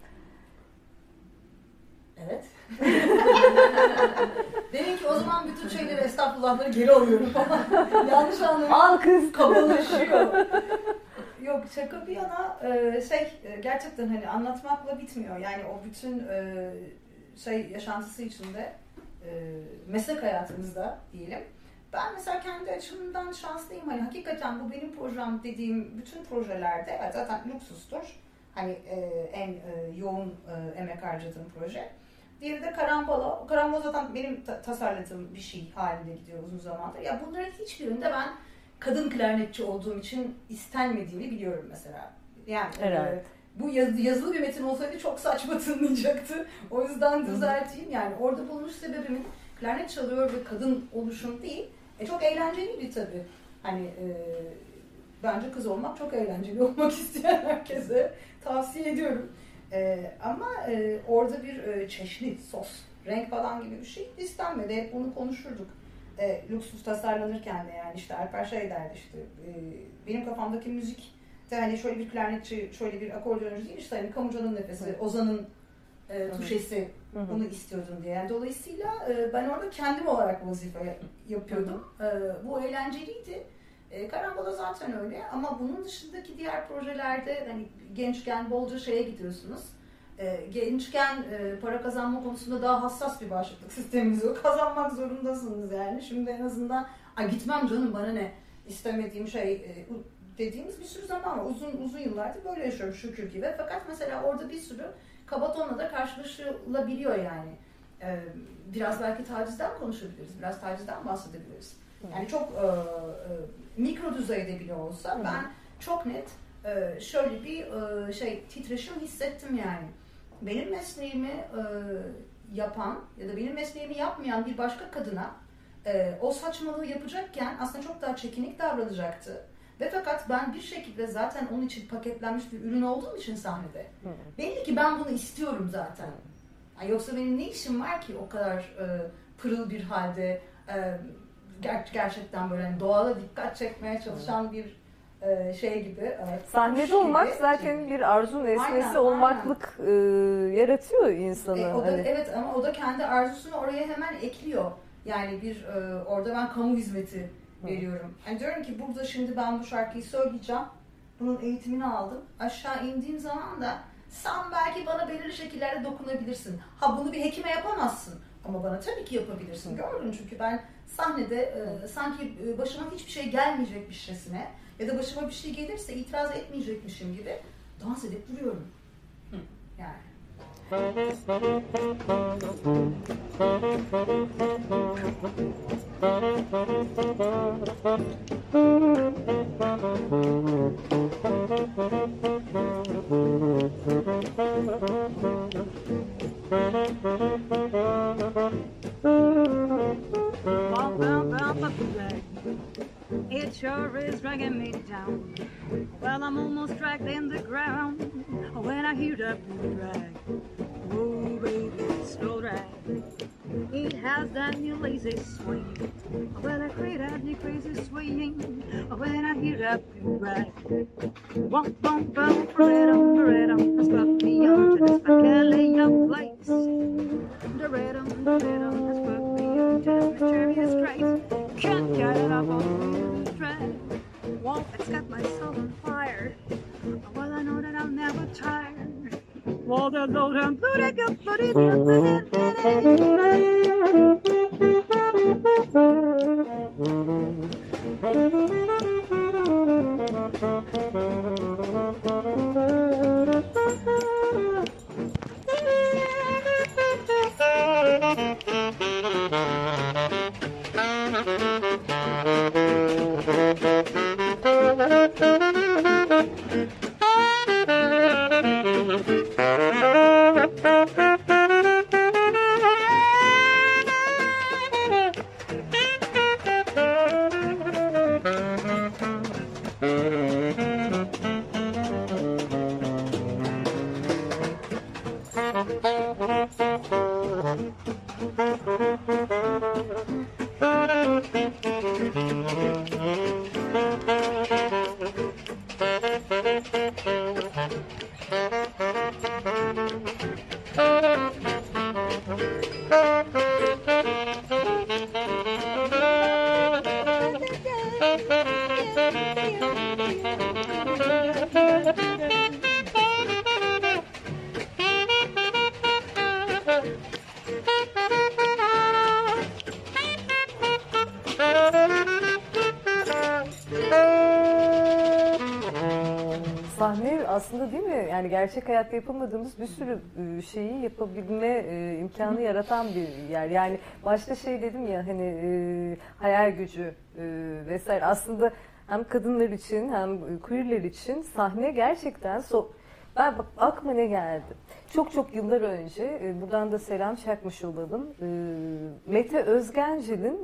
B: Evet. Demin ki o zaman bütün şeyleri, estağfurullahları geri alıyorum falan. Yanlış anlamayın.
E: Al kız.
B: Kabalaşıyor. Yok, şaka bir yana şey gerçekten hani anlatmakla bitmiyor. Yani o bütün şey yaşantısı içinde meslek hayatımızda diyelim. Ben mesela kendi açımdan şanslıyım. Hani hakikaten bu benim projem dediğim bütün projelerde zaten Luksus'tur. Hani en yoğun emek harcadığım proje. Diğeri de Karambolo. Karambolo zaten benim ta- tasarladığım bir şey halinde gidiyor uzun zamandır. Ya bunların hiçbirinde ben kadın klarnetçi olduğum için istenmediğini biliyorum mesela. Yani
E: evet.
B: e, bu yaz, yazılı bir metin olsaydı çok saçma tınlayacaktı. O yüzden düzelteyim. Yani orada bulmuş sebebimin klarnet çalıyor ve kadın oluşum değil. E, çok eğlenceliydi tabii. Hani e, bence kız olmak çok eğlenceli. Olmak isteyen herkese tavsiye ediyorum. Ee, ama e, orada bir e, çeşni, sos, renk falan gibi bir şey istenmedi. Hep bunu konuşurduk. E, Luksus tasarlanırken de yani işte Alper şey derdi işte e, benim kafamdaki müzik de hani şöyle bir klarnetçi, şöyle bir akordeoncu değil işte hani Kamucan'ın nefesi, Hı. Ozan'ın e, tuşesi Hı. bunu istiyordum diye. Yani dolayısıyla e, ben orada kendim olarak vazife yapıyordum. E, bu eğlenceliydi. E, Karambolo zaten öyle ama bunun dışındaki diğer projelerde hani gençken bolca şeye gidiyorsunuz. E, gençken e, para kazanma konusunda daha hassas bir bağışıklık sistemimiz yok. Kazanmak zorundasınız yani. Şimdi en azından ay gitmem canım bana ne istemediğim şey e, dediğimiz bir sürü zaman var. Uzun uzun yıllardır böyle yaşıyorum şükür ki. Ve fakat mesela orada bir sürü kabatonla da karşılaşılabiliyor yani. E, biraz belki tacizden konuşabiliriz. Biraz tacizden bahsedebiliriz. Yani çok e, e, mikro düzeyde bile olsa Hı. ben çok net e, şöyle bir e, şey titreşim hissettim yani. benim mesleğimi e, yapan ya da benim mesleğimi yapmayan bir başka kadına e, o saçmalığı yapacakken aslında çok daha çekinik davranacaktı. Ve fakat ben bir şekilde zaten onun için paketlenmiş bir ürün olduğum için sahnede. Hı. Belli ki ben bunu istiyorum zaten. Yani yoksa benim ne işim var ki o kadar e, pırıl bir halde e, ger- gerçekten böyle hani doğala dikkat çekmeye çalışan Hı. bir e, şey gibi. E,
E: Sahnede olmak gibi. Zaten bir arzu nesnesi olmaklık e, yaratıyor insanı.
B: E, o da,
E: hani.
B: Evet ama o da kendi arzusunu oraya hemen ekliyor. Yani bir e, orada ben kamu hizmeti veriyorum. Yani diyorum ki burada şimdi ben bu şarkıyı söyleyeceğim. Bunun eğitimini aldım. Aşağı indiğim zaman da sen belki bana belirli şekillerde dokunabilirsin. Ha bunu bir hekime yapamazsın. Ama bana tabii ki yapabilirsin. Gördün çünkü ben sahnede e, sanki başıma hiçbir şey gelmeyecekmişçesine ya da başıma bir şey gelirse itiraz etmeyecekmişim gibi dans edip duruyorum. Hı. Yani.
G: It sure is dragging me down. Well, I'm almost dragged in the ground when I hear that blue drag. Oh, baby, slow drag. It has that new lazy swing. Well, I create that new crazy swing when I hear that blue drag. Womp, bump, bump, rhythm, the rhythm has brought me on to this peculiar place. The rhythm, the rhythm has brought me on to this mysterious place. Can't get it up on the track. Whoa, it's got my soul on fire. Well, I know that I'll never tire. Whoa, the load and put it up, put it up, put it
E: Sahne aslında değil mi? Yani gerçek hayatta yapamadığımız bir sürü şeyi yapabilme imkanı yaratan bir yer. Yani başta şey dedim ya hani hayal gücü vesaire. Aslında hem kadınlar için hem queerler için sahne gerçekten so ben bak aklıma ne geldi. Çok çok yıllar önce buradan da selam çakmış olalım. Mete Özgencel'in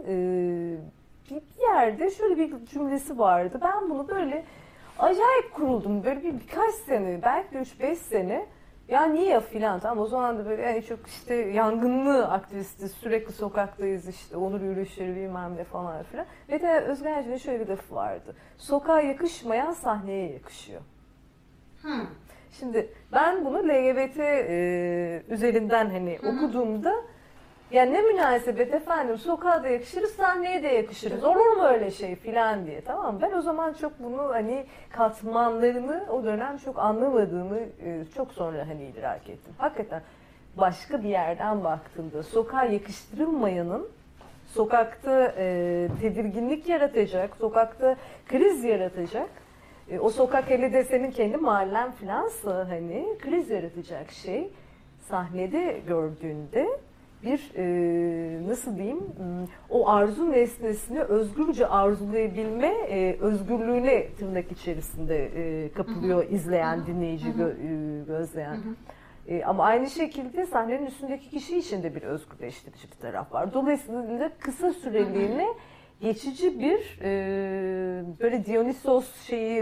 E: bir yerde şöyle bir cümlesi vardı. Ben bunu böyle acayip kuruldum. Böyle bir birkaç sene, belki üç beş sene. Ya niye ya filan. Tamam o zaman da böyle yani çok işte yangınlı aktivisti, sürekli sokaktayız işte onur yürüyüşleri bilmem ne falan filan. Ve de Özgencel'in şöyle bir lafı vardı. Sokağa yakışmayan sahneye yakışıyor.
B: Hmm.
E: Şimdi ben bunu L G B T e, üzerinden hani Hı-hı. okuduğumda ya ne münasebet efendim sokağa da yakışırız sahneye de yakışırız olur mu öyle şey filan diye tamam mı? Ben o zaman çok bunu hani katmanlarını o dönem çok anlamadığımı e, çok sonra hani idrak ettim. Hakikaten başka bir yerden baktığımda sokağa yakıştırılmayanın sokakta e, tedirginlik yaratacak, sokakta kriz yaratacak. E, o sokak hele de senin kendi mahallen filansa hani kriz yaratacak şey sahnede gördüğünde bir e, nasıl diyeyim o arzu nesnesini özgürce arzulayabilme e, özgürlüğüne tırnak içerisinde e, kapılıyor izleyen, dinleyici, gö, e, gözleyen. E, ama aynı şekilde sahnenin üstündeki kişi için de bir özgürleştirici bir taraf var. Dolayısıyla kısa süreliğine geçici bir e, böyle Dionysos şeyi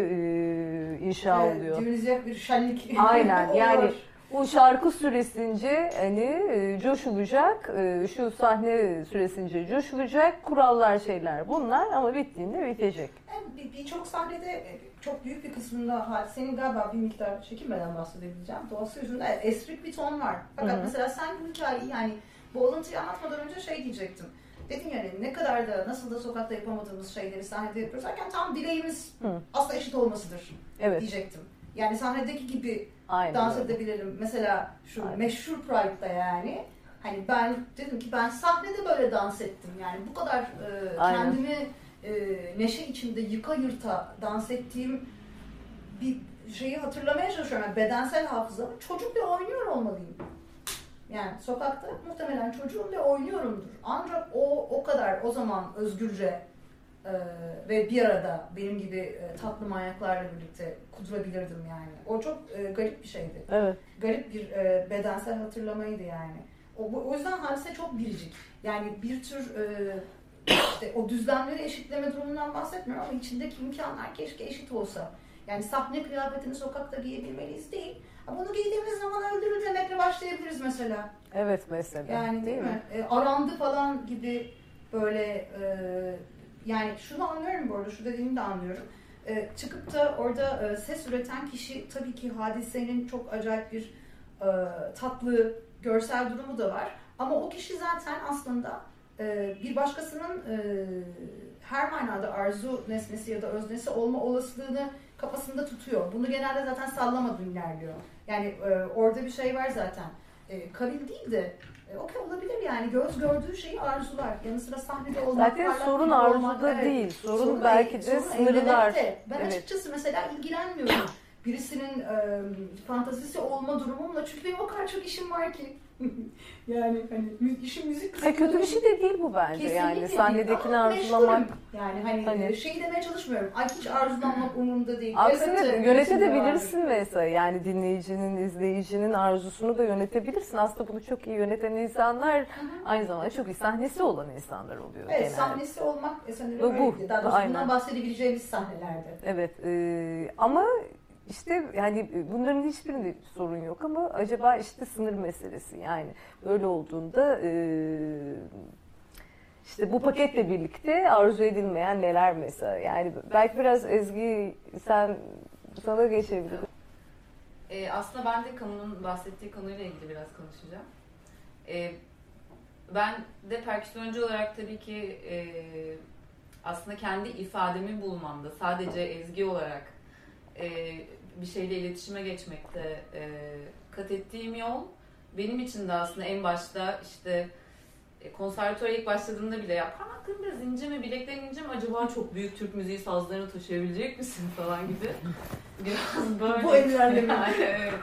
E: e, inşa
B: Evet,
E: oluyor.
B: Dionysyak bir şenlik.
E: Aynen yani
B: Olur.
E: bu şarkı süresince hani e, coşulacak, e, şu sahne süresince coşulacak, kurallar şeyler bunlar ama bittiğinde bitecek.
B: Yani bir- Birçok sahnede e, çok büyük bir kısmında Hadise'nin galiba bir miktar çekinmeden bahsedebileceğim. Doğası yüzünden esrik bir ton var. Fakat
E: Hı hı.
B: mesela sen bu hikayeyi yani bu alıntıyı anlatmadan önce şey diyecektim. Dedin yani ne kadar da nasıl da sokakta yapamadığımız şeyleri sahnede yapıyoruz derken tam dileğimiz
E: Hı.
B: aslında eşit olmasıdır
E: Evet.
B: diyecektim. Yani sahnedeki gibi
E: Aynen
B: dans
E: öyle.
B: edebilirim. Mesela şu
E: Aynen.
B: meşhur Pride'da yani hani ben dedim ki ben sahnede böyle dans ettim. Yani bu kadar e,
E: Aynen.
B: kendimi e, neşe içinde yıka yırta dans ettiğim bir şeyi hatırlamaya çalışıyorum. Yani bedensel hafızamı çocukla oynuyor olmalıyım. Yani sokakta muhtemelen çocuğumla oynuyorumdur. Ancak o o kadar o zaman özgürce e, ve bir arada benim gibi e, tatlı manyaklarla birlikte kudurabilirdim yani. O çok e, garip bir şeydi.
E: Evet.
B: Garip bir e, bedensel hatırlamaydı yani. O, bu- o yüzden Hadise çok biricik. Yani bir tür e, işte o düzlemleri eşitleme durumundan bahsetmiyorum ama içindeki imkanlar keşke eşit olsa. Yani sahne kıyafetini sokakta giyebilmeliyiz değil. Ama bunu giydiğimiz zaman öldürür demekle başlayabiliriz mesela.
E: Evet mesela.
B: Yani değil mi? E, arandı falan gibi böyle e, yani şunu anlıyorum bu arada, şu dediğini de anlıyorum. E, çıkıp da orada e, ses üreten kişi tabii ki Hadise'nin çok acayip bir e, tatlı görsel durumu da var. Ama o kişi zaten aslında e, bir başkasının e, her manada arzu nesnesi ya da öznesi olma olasılığını kafasında tutuyor. Bunu genelde zaten sallamadan ilerliyor. Yani e, orada bir şey var zaten. E, kabil değil de e, okey olabilir yani göz gördüğü şeyi arzular. Yanı sıra sahnede olmak,
E: Zaten
B: parlak
E: sorun
B: biri
E: arzuda
B: olmak, evet.
E: değil. Sorun,
B: Sorun
E: belki
B: değil,
E: de
B: sorun
E: sınırlar.
B: eylemekte. Ben
E: Evet.
B: açıkçası mesela ilgilenmiyorum birisinin e, fantazisi olma durumumla çünkü benim o kadar çok işim var ki. Yani hani mü- işim müzik kısmı.
E: Ha, kötü bir şey de değil bu bence.
B: Kesinlikle
E: Yani
B: değil.
E: sahnedekini
B: Ama
E: arzulamak.
B: meşgulüm. Yani hani,
E: Hani-
B: şey demeye çalışmıyorum. Ay hiç arzulanmak umurumda değil.
E: Aksine
B: Elbette
E: yönetebilirsin
B: vardır.
E: mesela. Yani dinleyicinin, izleyicinin arzusunu da yönetebilirsin. Aslında bunu çok iyi yöneten insanlar aynı zamanda çok iyi sahnesi olan insanlar oluyor
B: Evet,
E: genelde.
B: sahnesi olmak e, sanırım
E: Bu, bu.
B: öyleydi. Daha doğrusu
E: Aynen.
B: bundan bahsedebileceğimiz sahnelerde.
E: Evet e, ama işte yani bunların hiçbirinde sorun yok ama acaba işte sınır meselesi yani böyle olduğunda e, işte bu paketle birlikte arzu edilmeyen neler mesela yani belki biraz Ezgi sen sana geçebilirim.
D: Ee, aslında ben de Kamu'nun bahsettiği konuyla ilgili biraz konuşacağım. Ee, ben de perküsyoncu olarak tabii ki e, aslında kendi ifademi bulmamda, sadece Ezgi olarak e, bir şeyle iletişime geçmekte e, kat ettiğim yol, benim için de aslında en başta işte e, konservatuara ilk başladığımda bile ya parmakların biraz ince mi, bileklerin ince mi, acaba çok büyük Türk müziği sazlarını taşıyabilecek misin falan gibi. Biraz böyle.
B: Bu ilerleme.
D: Yani, evet.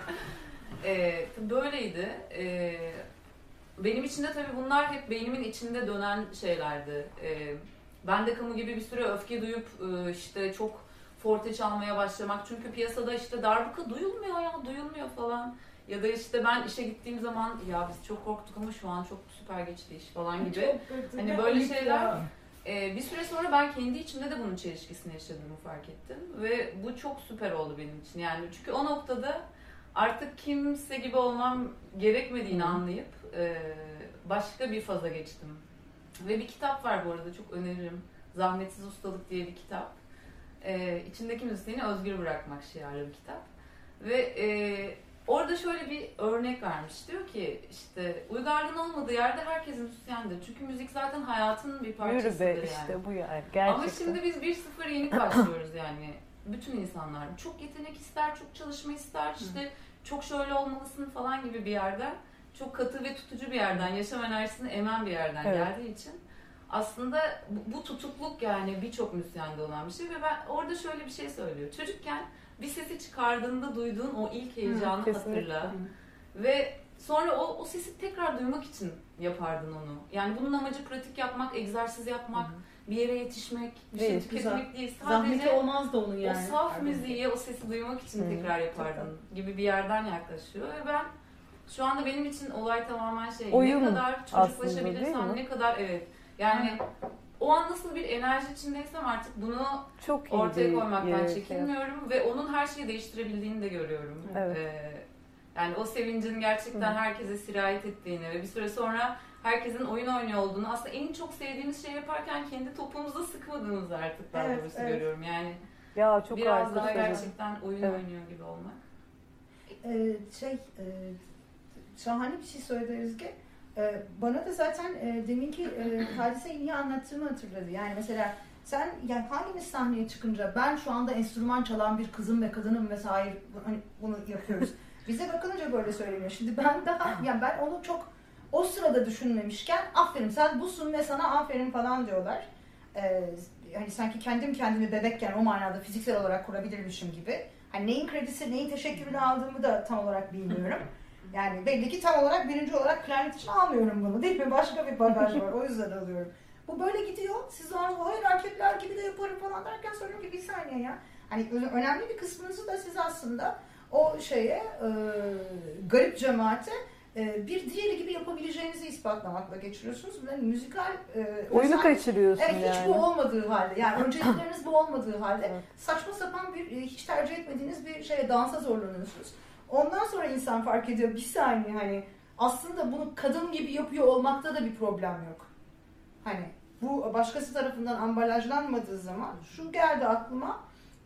D: Ee, böyleydi. Ee, benim için de tabii bunlar hep beynimin içinde dönen şeylerdi. Ee, ben de Kamu gibi bir süre öfke duyup e, işte çok forte çalmaya başlamak. Çünkü piyasada işte darbuka duyulmuyor ya, duyulmuyor falan. Ya da işte ben işe gittiğim zaman ya biz çok korktuk ama şu an çok süper geçti iş falan gibi. Hani böyle şeyler. Ee, bir süre sonra ben kendi içimde de bunun çelişkisini yaşadığımı fark ettim ve bu çok süper oldu benim için yani çünkü o noktada artık kimse gibi olmam gerekmediğini anlayıp e, başka bir faza geçtim ve bir kitap var bu arada çok öneririm, Zahmetsiz Ustalık diye bir kitap. Ee, içindeki müzisyeni özgür bırakmak şiarlı bir kitap ve e, orada şöyle bir örnek vermiş. Diyor ki işte uygarlığın olmadığı yerde herkes müzisyendir. Çünkü müzik zaten hayatın bir parçasıdır
E: Yürü be
D: yani.
E: işte bu yani gerçekten.
D: Ama şimdi biz bir sıfır yenik başlıyoruz yani. Bütün insanlar çok yetenek ister, çok çalışma ister, işte çok şöyle olmalısın falan gibi bir yerden, çok katı ve tutucu bir yerden, yaşam enerjisini emen bir yerden
E: Evet.
D: geldiği için aslında bu, bu tutukluk yani birçok müzisyende olan bir şey ve ben orada şöyle bir şey söylüyor. Çocukken bir sesi çıkardığında duyduğun o ilk heyecanı
E: Kesinlikle.
D: hatırla. Ve sonra o, o sesi tekrar duymak için yapardın onu. Yani bunun amacı pratik yapmak, egzersiz yapmak, bir yere yetişmek, bir şey
E: Değil,
D: tüketmek değil.
B: Zahmeti
D: Sadece
B: olmaz da onun
D: o
B: yani.
D: saf müziği, o sesi duymak için
E: Hı.
D: tekrar yapardın gibi bir yerden yaklaşıyor. Ve ben Şu anda benim için olay tamamen şey,
E: Oyun
D: ne kadar
E: aslında,
D: çocuklaşabilirsem,
E: değil
D: ne kadar evet. Yani o an nasıl bir enerji içindeysem artık bunu
E: Çok iyi
D: ortaya
E: bir
D: koymaktan
E: yere-
D: çekinmiyorum ve onun her şeyi değiştirebildiğini de görüyorum.
E: Evet.
D: Ee, yani o sevincin gerçekten herkese sirayet ettiğini ve bir süre sonra herkesin oyun oynuyor olduğunu, aslında en çok sevdiğimiz şey yaparken kendi topuğumuza sıkmadığımızı artık daha
B: Evet,
D: doğrusu
B: evet.
D: görüyorum. Yani
E: Ya çok
D: biraz
E: harika
D: daha
E: söyledin.
D: gerçekten oyun
E: Evet.
D: oynuyor gibi olmak.
B: Ee, şey e, şahane bir şey söyledi Özge. Ee, bana da zaten e, deminki e, hadiseyi niye anlattığımı hatırladı. Yani mesela sen yani hangimiz sahneye çıkınca ben şu anda enstrüman çalan bir kızım ve kadınım vesaire hani bunu yapıyoruz. Bize bakılınca böyle söyleniyor. Şimdi ben daha yani ben onu çok o sırada düşünmemişken aferin sen busun ve sana aferin falan diyorlar. Ee, hani sanki kendim kendimi bebekken o manada fiziksel olarak kurabilirmişim gibi. Hani neyin kredisi, neyin teşekkürünü aldığımı da tam olarak bilmiyorum. Yani belli ki tam olarak birinci olarak klarnet için almıyorum bunu değil mi? Başka bir bagaj var. O yüzden alıyorum. Bu böyle gidiyor. Siz sonra hayır erkekler gibi de yaparım falan derken sonra ki bir saniye ya. Hani önemli bir kısmınızı da siz aslında o şeye e, garip cemaate e, bir diğeri gibi yapabileceğinizi ispatlamakla geçiriyorsunuz. Yani müzikal e,
E: Oyunu
B: özel-
E: kaçırıyorsun
B: Evet, hiç
E: yani.
B: bu olmadığı halde, yani öncelikleriniz bu olmadığı halde
E: Evet.
B: saçma sapan bir, e, hiç tercih etmediğiniz bir şeye, dansa zorlanıyorsunuz. Ondan sonra insan fark ediyor, bir saniye hani aslında bunu kadın gibi yapıyor olmakta da bir problem yok. Hani bu başkası tarafından ambalajlanmadığı zaman şu geldi aklıma,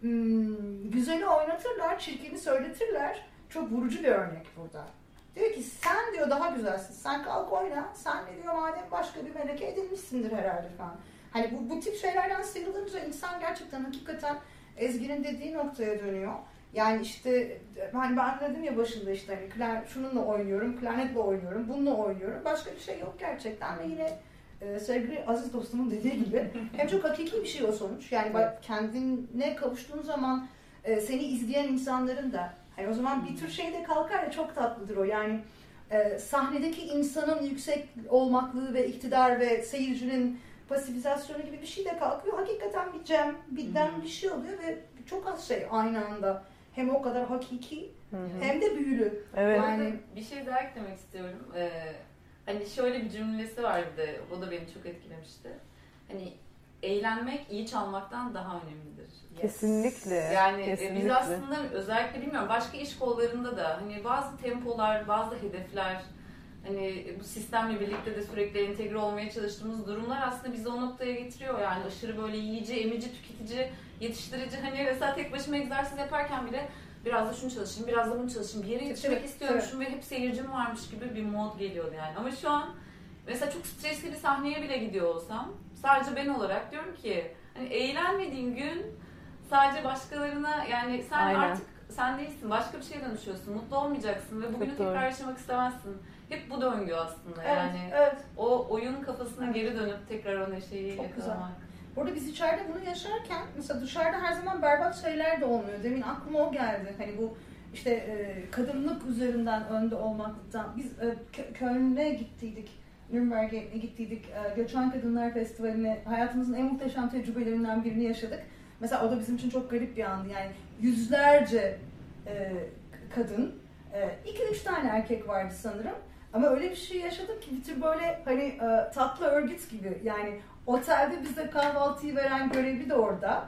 B: hmm, güzeli oynatırlar, çirkini söyletirler. Çok vurucu bir örnek burada. Diyor ki sen diyor daha güzelsin. Sen kalk oyna. Sen de diyor madem başka bir meleke edinmişsindir herhalde falan. Hani bu, bu tip şeylerden sıyrılınca insan gerçekten hakikaten Ezgi'nin dediği noktaya dönüyor. Yani işte hani ben dedim ya başında işte hani klar, şununla oynuyorum, klarnetle oynuyorum, bununla oynuyorum. Başka bir şey yok gerçekten ve yine e, sevgili aziz dostumun dediği gibi hem çok hakiki bir şey o sonuç. Yani bak kendine kavuştuğun zaman e, seni izleyen insanların da hani o zaman bir tür şey de kalkar ya, çok tatlıdır o. Yani e, sahnedeki insanın yüksek olmaklığı ve iktidar ve seyircinin pasifizasyonu gibi bir şey de kalkıyor. Hakikaten bir cem, birden bir şey oluyor ve çok az şey aynı anda. Hem o kadar hakiki
E: Hı hı.
B: hem de büyülü.
E: Evet.
D: Bu arada
B: Yani-
D: bir şey daha eklemek istiyorum. Ee, hani şöyle bir cümlesi var bir de, o da beni çok etkilemişti. Hani eğlenmek iyi çalmaktan daha önemlidir.
E: Kesinlikle.
D: Yani e,
E: kesinlikle.
D: biz aslında özellikle bilmiyorum başka iş kollarında da hani bazı tempolar, bazı hedefler, hani bu sistemle birlikte de sürekli entegre olmaya çalıştığımız durumlar aslında bizi o noktaya getiriyor. Yani aşırı böyle yiyici, emici, tüketici, yetiştirici, hani mesela tek başıma egzersiz yaparken bile biraz da şunu çalışayım, biraz da bunu çalışayım, bir yere yetişmek
B: Evet,
D: istiyormuşum ve hep seyircim varmış gibi bir mod geliyordu yani. Ama şu an mesela çok stresli bir sahneye bile gidiyor olsam sadece ben olarak diyorum ki hani eğlenmediğin gün sadece başkalarına, yani sen
E: Aynen.
D: artık sen değilsin, başka bir şeye dönüşüyorsun, mutlu olmayacaksın ve bugünü
E: Çok doğru.
D: tekrar yaşamak istemezsin. Hep bu döngü aslında
B: Evet,
D: yani.
B: evet.
D: O oyun kafasına
B: Evet.
D: geri dönüp tekrar o neşeyi
B: Çok güzel.
D: yakalamak.
B: Burada biz içeride bunu yaşarken mesela dışarıda her zaman berbat şeyler de olmuyor. Demin aklıma o geldi. Hani bu işte e, kadınlık üzerinden önde olmaktan. Biz e, Kö- Köln'e gittiydik. Nürnberg'e gittiydik. E, Göçmen Kadınlar Festivali'ne. Hayatımızın en muhteşem tecrübelerinden birini yaşadık. Mesela o da bizim için çok garip bir andı. Yani yüzlerce e, kadın, e, iki üç tane erkek vardı sanırım. Ama öyle bir şey yaşadık ki bir tür böyle hani e, tatlı örgüt gibi. Yani otelde bize kahvaltıyı veren görevli de orada.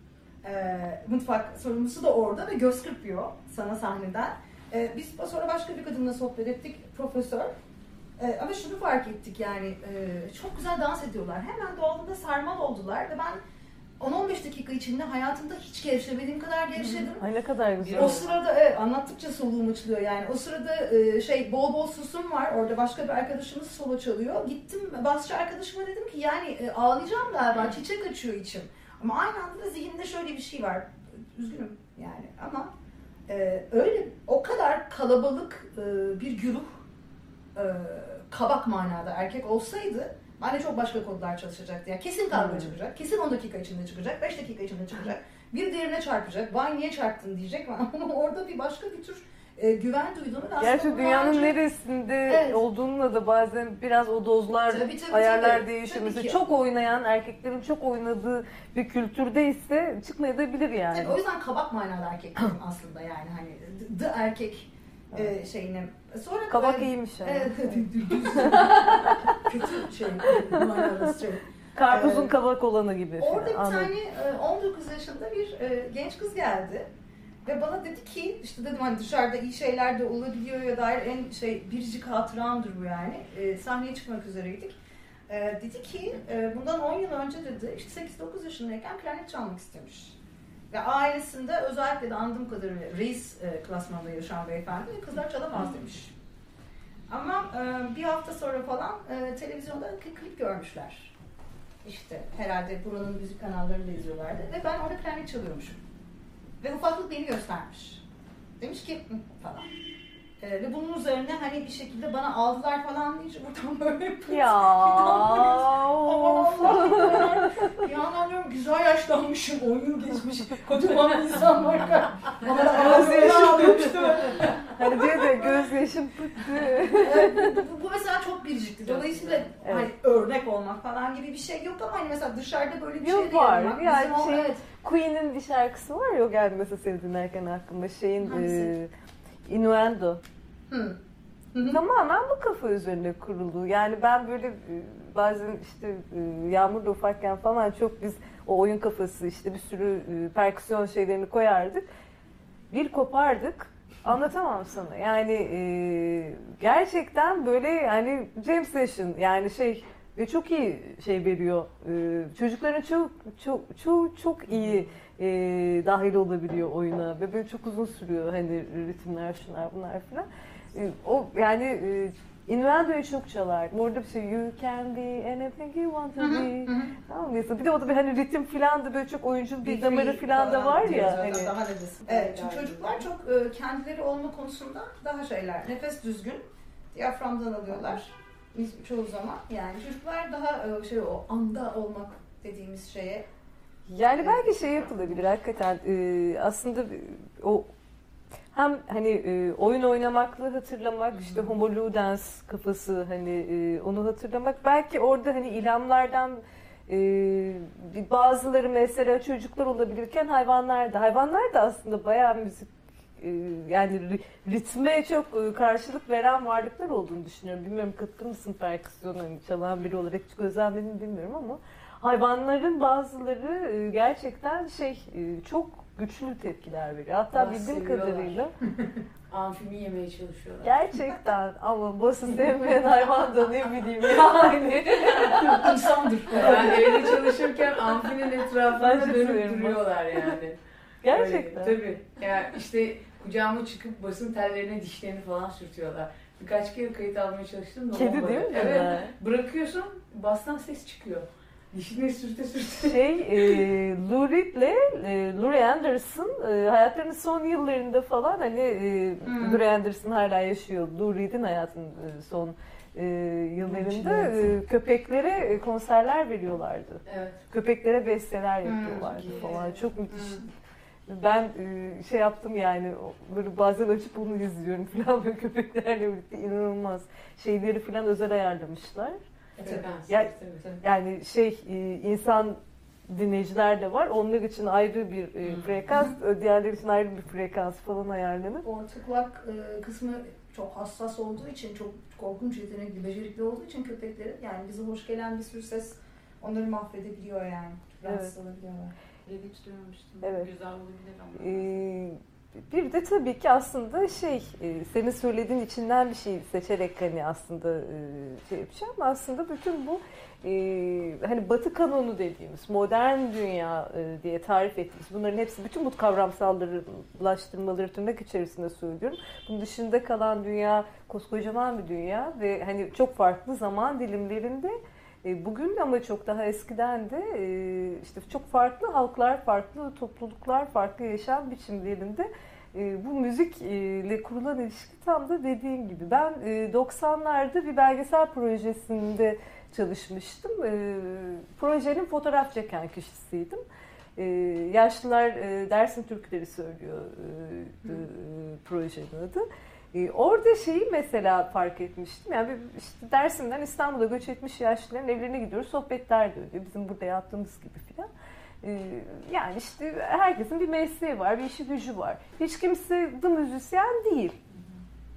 B: E, mutfak sorumlusu da orada ve göz kırpıyor sana sahneden. E, biz sonra başka bir kadınla sohbet ettik, profesör. E, ama şunu fark ettik yani e, çok güzel dans ediyorlar. Hemen doğalında sarmal oldular ve ben on on beş dakika içinde hayatımda hiç gevşemediğim kadar gevşedim.
E: Ay ne kadar güzel.
B: O sırada evet, anlattıkça soluğum açılıyor yani. O sırada e, şey bol bol susum var. Orada başka bir arkadaşımız solo çalıyor. Gittim basçı arkadaşıma dedim ki yani e, ağlayacağım galiba. Çiçek açıyor içim. Ama aynı anda da zihnimde şöyle bir şey var. Üzgünüm yani ama e, öyle o kadar kalabalık e, bir güruh e, kabak manada erkek olsaydı ben de çok başka kodlar çalışacaktı. Yani kesin kavga çıkacak, kesin on dakika içinde çıkacak, beş dakika içinde çıkacak. Bir diğerine çarpacak, vay niye çarptın diyecek ama orada bir başka bir tür e, güven duyduğunu ve aslında
E: Gerçi
B: bunlar
E: dünyanın
B: önce-
E: neresinde
B: Evet.
E: olduğununla da bazen biraz o dozlar,
B: Tabii, tabii,
E: ayarlar
B: tabii.
E: değişiyor.
B: Tabii
E: Mesela
B: ki.
E: çok oynayan, erkeklerin çok oynadığı bir kültürde ise çıkmayabilir yani.
B: Tabii, o yüzden kabak manada erkek dedim aslında yani hani the erkek e, şeyini. Sonra
E: Kabak
B: e,
E: iyiymiş yani.
B: Evet. Kötü şey. Manarası şey.
E: Karpuzun
B: Evet.
E: kabak olanı gibi.
B: Orada bir
E: Anladım.
B: tane e, on dokuz yaşında bir e, genç kız geldi. Ve bana dedi ki, işte dedim hani dışarıda iyi şeyler de olabiliyor ya dair en şey biricik hatıramdır bu yani. E, sahneye çıkmak üzereydik. E, dedi ki e, bundan on yıl önce dedi işte sekiz dokuz yaşındayken klarnet çalmak istemiş. Ve ailesinde özellikle de anladığım kadarıyla reis e, klasmanında yaşayan beyefendi kızlar çalamaz demiş. Ama e, bir hafta sonra falan e, televizyonda klip görmüşler. İşte herhalde buranın müzik kanallarını da izliyorlardı ve ben orada klarnet çalıyormuşum. Ve ufaklık beni göstermiş. Demiş ki hı falan. Ee, ve bunun üzerine hani bir şekilde bana aldılar falan deyince buradan böyle yapıyor.
E: Ya.
B: Aman Allah'ım. Bir yandan diyorum güzel yaşlanmışım. on yıl geçmiş. Kocaman bir insan var. Ama da ağzını almıştım.
E: Hani diyor da gözyaşım pıttı.
B: Evet, bu, bu mesela çok biricikti. Dolayısıyla
E: Evet.
B: hani örnek olmak falan gibi bir şey yok ama hani mesela dışarıda böyle bir
E: Yok,
B: şey de
E: var.
B: yapmak.
E: Yani
B: bizim o-
E: şey-
B: evet.
E: Queen'in bir şarkısı var ya, o geldi mesela seni dinlerken aklıma, şeyin
B: Hangisi?
E: e, Innuendo.
B: Hı. Hı hı.
E: Tamamen bu kafa üzerine kurulu. Yani ben böyle e, bazen işte e, Yağmur'da ufakken falan çok biz o oyun kafası işte bir sürü e, perküsyon şeylerini koyardık. Bir kopardık. Anlatamam sana. Yani e, gerçekten böyle yani jam session yani şey ve çok iyi şey veriyor. E, çocukların çok çok çok çok iyi e, dahil olabiliyor oyuna ve böyle çok uzun sürüyor hani ritimler şunlar bunlar falan. E, o yani e, Innuendo'yu çok çalar. Orada bir şey you can be anything you want to be. Tamam mı? Bir de o da bir hani ritim falan da böyle çok oyuncu bir damarı falan da var ya. Hani.
B: Daha ne desin? Evet, çünkü çocuklar çok e, kendileri olma konusunda daha şeyler. Nefes düzgün, diyaframdan alıyorlar. Biz çoğu zaman yani çocuklar daha e, şey o anda olmak dediğimiz şeye.
E: Yani belki şey yapılabilir hakikaten e, aslında o hem hani e, oyun oynamakla hatırlamak, işte Homo Ludens kafası hani e, onu hatırlamak, belki orada hani ilhamlardan e, bazıları mesela çocuklar olabilirken hayvanlar da hayvanlar da aslında bayağı müzik e, yani ri- ritme çok e, karşılık veren varlıklar olduğunu düşünüyorum. Bilmiyorum katılır mısın perküsyon hani çalan biri olarak, hiç gözlemledim bilmiyorum ama hayvanların bazıları e, gerçekten şey e, çok güçlü tepkiler veriyor. Hatta
F: Ama
E: bildiğim
F: seviyorlar.
E: kadarıyla
F: Amfimi yemeye çalışıyorlar.
E: gerçekten ama bası sevmeyen hayvan da ne bileyim yani.
B: İnsandır.
F: Ben evde çalışırken amfinin etrafında
E: Ben de
F: dönüp
E: seviyorum.
F: duruyorlar yani.
E: Gerçekten.
F: Öyle, tabii. Yani işte kucağıma çıkıp basın tellerine dişlerini falan sürtüyorlar. Birkaç kere kayıt almaya çalıştım da
E: Kedi
F: olmadı.
E: değil mi?
F: Evet.
E: bunlar?
F: Bırakıyorsun, bastan ses çıkıyor. Dişini sürte sürte.
E: Şey, e, Lou Reed'le e, Laurie Anderson e, hayatlarının son yıllarında falan hani e,
B: Hmm.
E: Laurie Anderson hala yaşıyor. Lou Reed'in hayatının e, son e, yıllarında e, köpeklere e, konserler veriyorlardı.
F: Evet.
E: Köpeklere besteler
B: Hmm,
E: yapıyorlardı
F: çok iyi.
E: falan. Çok müthiş. Ben e, şey yaptım yani o- böyle bazen açıp onu izliyorum falan böyle köpeklerle birlikte, inanılmaz şeyleri falan özel ayarlamışlar.
F: Sekans.
E: Ya-
F: Tabii.
E: Yani şey e, insan dinleyiciler de var. Onlar için ayrı bir e,
F: Hmm.
E: frekans, diğerleri için ayrı bir frekans falan ayarlanıp.
B: Orta kulak e, kısmı çok hassas olduğu için, çok korkunç yetenekli, becerikli olduğu için köpeklerin yani bize hoş gelen bir sürü ses onları mahvedebiliyor yani. Rahatsız olabiliyorlar.
D: Evet, hiç duymamıştım.
E: Evet.
D: Güzel olabilir ama.
E: Ee, bir de tabii ki aslında şey, e, senin söylediğin içinden bir şey seçerek hani aslında e, şey yapacağım. Aslında bütün bu e, hani Batı kanonu dediğimiz modern dünya e, diye tarif ettiğimiz bunların hepsi, bütün bu kavramsallaştırmaları tırnak içerisinde söylüyorum. Bunun dışında kalan dünya koskocaman bir dünya ve hani çok farklı zaman dilimlerinde E, bugün ama çok daha eskiden de e, işte çok farklı halklar, farklı topluluklar, farklı yaşam biçimlerinde e, bu müzikle kurulan ilişki tam da dediğin gibi. Ben e, doksanlarda bir belgesel projesinde çalışmıştım. E, projenin fotoğraf çeken kişisiydim. E, yaşlılar e, Dersim türküleri söylüyor e, e, projenin adı. Ee, orada şeyi mesela fark etmiştim. Yani işte Dersim'den İstanbul'a göç etmiş yaşlıların evlerine gidiyoruz, sohbetler dönüyor. Bizim burada yaptığımız gibi filan. Ee, yani işte herkesin bir mesleği var, bir işi gücü var. Hiç kimse de müzisyen değil.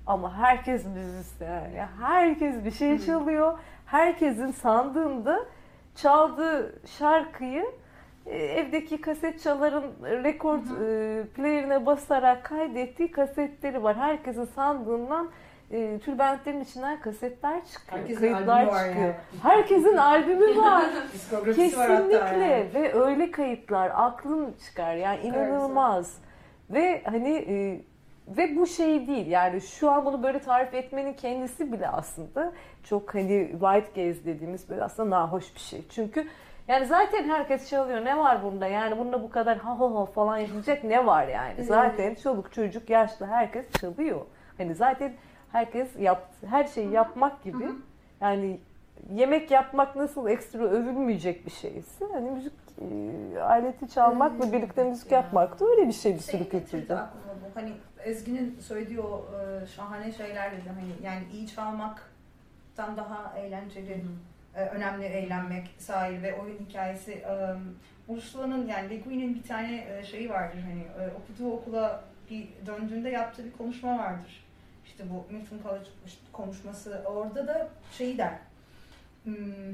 E: ama herkes müzisyen. Yani herkes bir şey çalıyor. Herkesin sandığında çaldığı şarkıyı e, evdeki kaset çaların rekord e, player'ine basarak kaydettiği kasetleri var. Herkesin sandığından e, tülbentlerin içinden kasetler çıkıyor,
B: Herkesin
E: kayıtlar
B: albümü var
E: çıkıyor.
B: yani.
E: Herkesin albümü var.
B: Diskografisi var hatta
E: Kesinlikle
B: yani.
E: ve öyle kayıtlar aklın çıkar yani inanılmaz ve hani e, ve bu şey değil yani şu an bunu böyle tarif etmenin kendisi bile aslında çok hani white gaze dediğimiz böyle aslında nahoş bir şey çünkü yani zaten herkes çalıyor ne var bunda yani bunda bu kadar ha ha ha falan yapacak ne var yani zaten çoluk çocuk yaşlı herkes çalıyor hani zaten herkes yap her şeyi yapmak gibi yani yemek yapmak nasıl ekstra övülmeyecek bir şeyse hani müzik e, aleti çalmakla birlikte müzik yapmak da öyle bir şey bir sürü
B: Şey getirdi
E: kültürde.
B: aklıma bu. Hani Ezgi'nin söylediği o e, şahane şeyler dedi. Hani yani iyi çalmaktan daha eğlenceli, e, önemli eğlenmek sahil ve oyun hikayesi. E, Ursula'nın yani Le Guin'in bir tane e, şeyi vardır. Hani e, okuduğu okula bir döndüğünde yaptığı bir konuşma vardır. İşte bu Milton College konuşması. Orada da şeyi der. Hmm,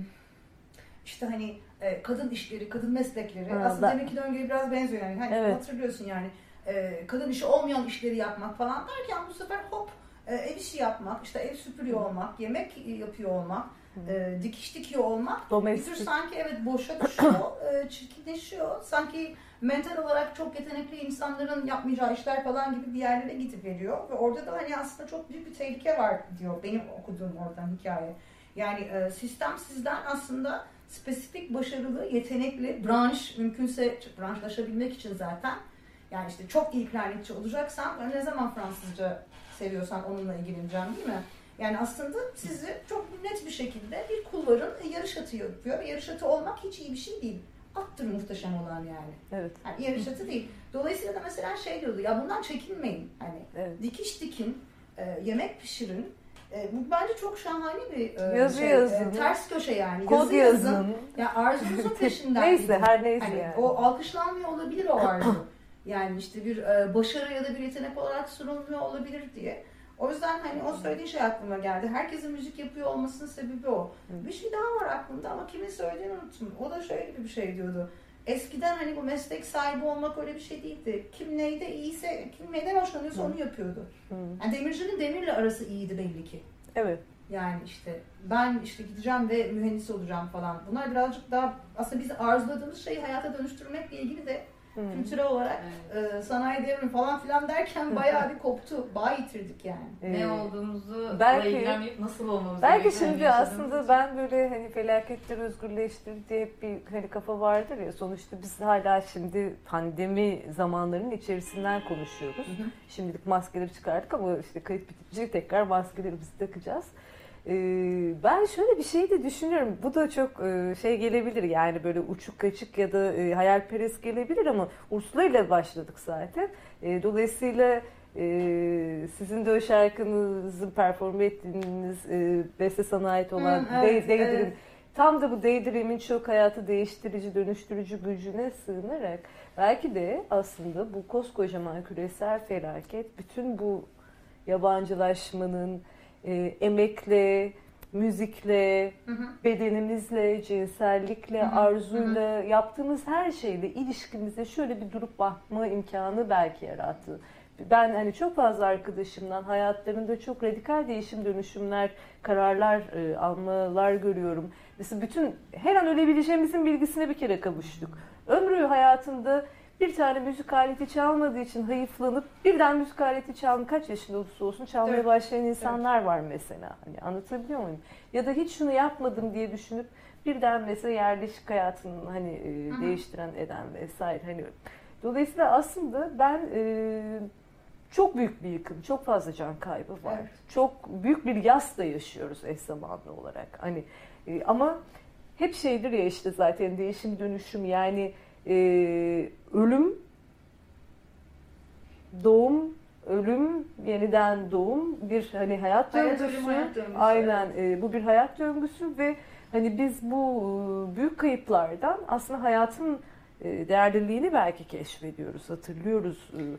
B: işte hani e, kadın işleri, kadın meslekleri
E: Ha,
B: aslında
E: ben-
B: demek ki döngüye biraz benziyor yani. Hani
E: Evet.
B: hatırlıyorsun yani e, kadın işi olmayan işleri yapmak falan derken bu sefer hop e, ev işi yapmak, işte ev süpürüyor olmak, yemek yapıyor olmak, e, dikiş dikiyor olmak bir tür
E: Domestik.
B: sanki evet boşa düşüyor, e, çirkinleşiyor. Sanki mental olarak çok yetenekli insanların yapmayacağı işler falan gibi bir yerlere gidip veriyor. Ve orada da hani aslında çok büyük bir tehlike var diyor benim okuduğum oradan hikaye. Yani e, sistem sizden aslında spesifik, başarılı, yetenekli, branş, mümkünse branşlaşabilmek için zaten yani işte çok iyi klarnetçi olacaksan ben ne zaman Fransızca seviyorsan onunla ilgileneceğim değil mi? Yani aslında sizi çok net bir şekilde bir kulvarın yarış atı yapıyor ve yarış atı olmak hiç iyi bir şey değil. Attır muhteşem olan yani.
E: Evet.
B: Yani yarış atı değil. Dolayısıyla da mesela şey diyordu ya bundan çekinmeyin. Hani
E: Evet.
B: dikiş dikin, e, yemek pişirin. E, bu bence çok şahane bir e,
E: Yazı
B: şey.
E: yazın.
B: E, ters köşe yani.
E: Kod
B: yazı
E: yazın.
B: yazın. Ya arzunuzun peşinden
E: Neyse
B: gidin.
E: her neyse
B: Hani
E: yani.
B: o alkışlanmıyor olabilir o arzu. Yani işte bir e, başarı ya da bir yetenek olarak sunulmuyor olabilir diye. O yüzden hani o söylediği şey aklıma geldi. Herkesin müzik yapıyor olmasının sebebi o. Bir şey daha var aklımda ama kimin söylediğini unuttum. O da şöyle gibi bir şey diyordu. Eskiden hani bu meslek sahibi olmak öyle bir şey değildi. Kim neyde iyiyse, kim neyden hoşlanıyorsa onu yapıyordu. Yani demircinin demirle arası iyiydi belli ki.
E: Evet.
B: Yani işte ben işte gideceğim ve mühendis olacağım falan. Bunlar birazcık daha aslında biz arzuladığımız şeyi hayata dönüştürmekle ilgili de
E: Hı.
B: kültürel olarak e, sanayi devrimi falan filan derken bayağı bir koptu. Bağ yitirdik yani.
D: Ne
E: Ee,
D: olduğumuzu
E: belki-
D: ilgilenmeyip nasıl olmamız
E: Belki
D: gerektiğini
E: şimdi
D: yaşadığımız
E: aslında
D: için.
E: ben böyle hani felaketler özgürleştirdi diye hep bir hani kafa vardır ya sonuçta biz hala şimdi pandemi zamanlarının içerisinden konuşuyoruz.
B: Hı hı.
E: Şimdilik maskeleri çıkardık ama işte kayıt bitince tekrar maskelerimizi takacağız. Ee, ben şöyle bir şey de düşünüyorum. Bu da çok e, şey gelebilir yani böyle uçuk kaçık ya da e, hayalperest gelebilir ama Ursula ile başladık zaten. E, dolayısıyla e, sizin de o şarkınızı performe ettiğiniz e, beste sana ait olan
B: Hı, evet,
E: Day- Daydream
B: evet.
E: tam da bu Daydream'in çok hayatı değiştirici, dönüştürücü gücüne sığınarak belki de aslında bu koskocaman küresel felaket bütün bu yabancılaşmanın e, emekle, müzikle,
B: Hı hı.
E: bedenimizle, cinsellikle,
B: Hı hı,
E: arzuyla, yaptığımız her şeyle ilişkimize şöyle bir durup bakma imkanı belki yarattı. Ben hani çok fazla arkadaşımdan hayatlarında çok radikal değişim dönüşümler, kararlar e, almalar görüyorum. Mesela bütün her an ölebileceğimizin bilgisine bir kere kavuştuk. Ömrü hayatında bir tane müzik aleti çalmadığı için hayıflanıp birden müzik aleti çalma kaç yaşında olursa olsun çalmaya
B: Evet.
E: başlayan insanlar var mesela. Hani anlatabiliyor muyum? Ya da hiç şunu yapmadım diye düşünüp birden mesela yerleşik hayatını hani e,
B: Hı hı.
E: değiştiren eden vesaire hani dolayısıyla aslında ben e, çok büyük bir yıkım, çok fazla can kaybı var.
B: Evet.
E: Çok büyük bir yas da yaşıyoruz eş zamanlı olarak. Hani e, ama hep şeydir ya işte zaten değişim dönüşüm yani e, ölüm, doğum, ölüm, yeniden doğum bir hani hayat
B: Hayat,
E: döngüsü.
B: ölüm, hayat döngüsü.
E: Aynen e, bu bir hayat döngüsü ve hani biz bu e, büyük kayıplardan aslında hayatın e, değerliliğini belki keşfediyoruz, hatırlıyoruz. E,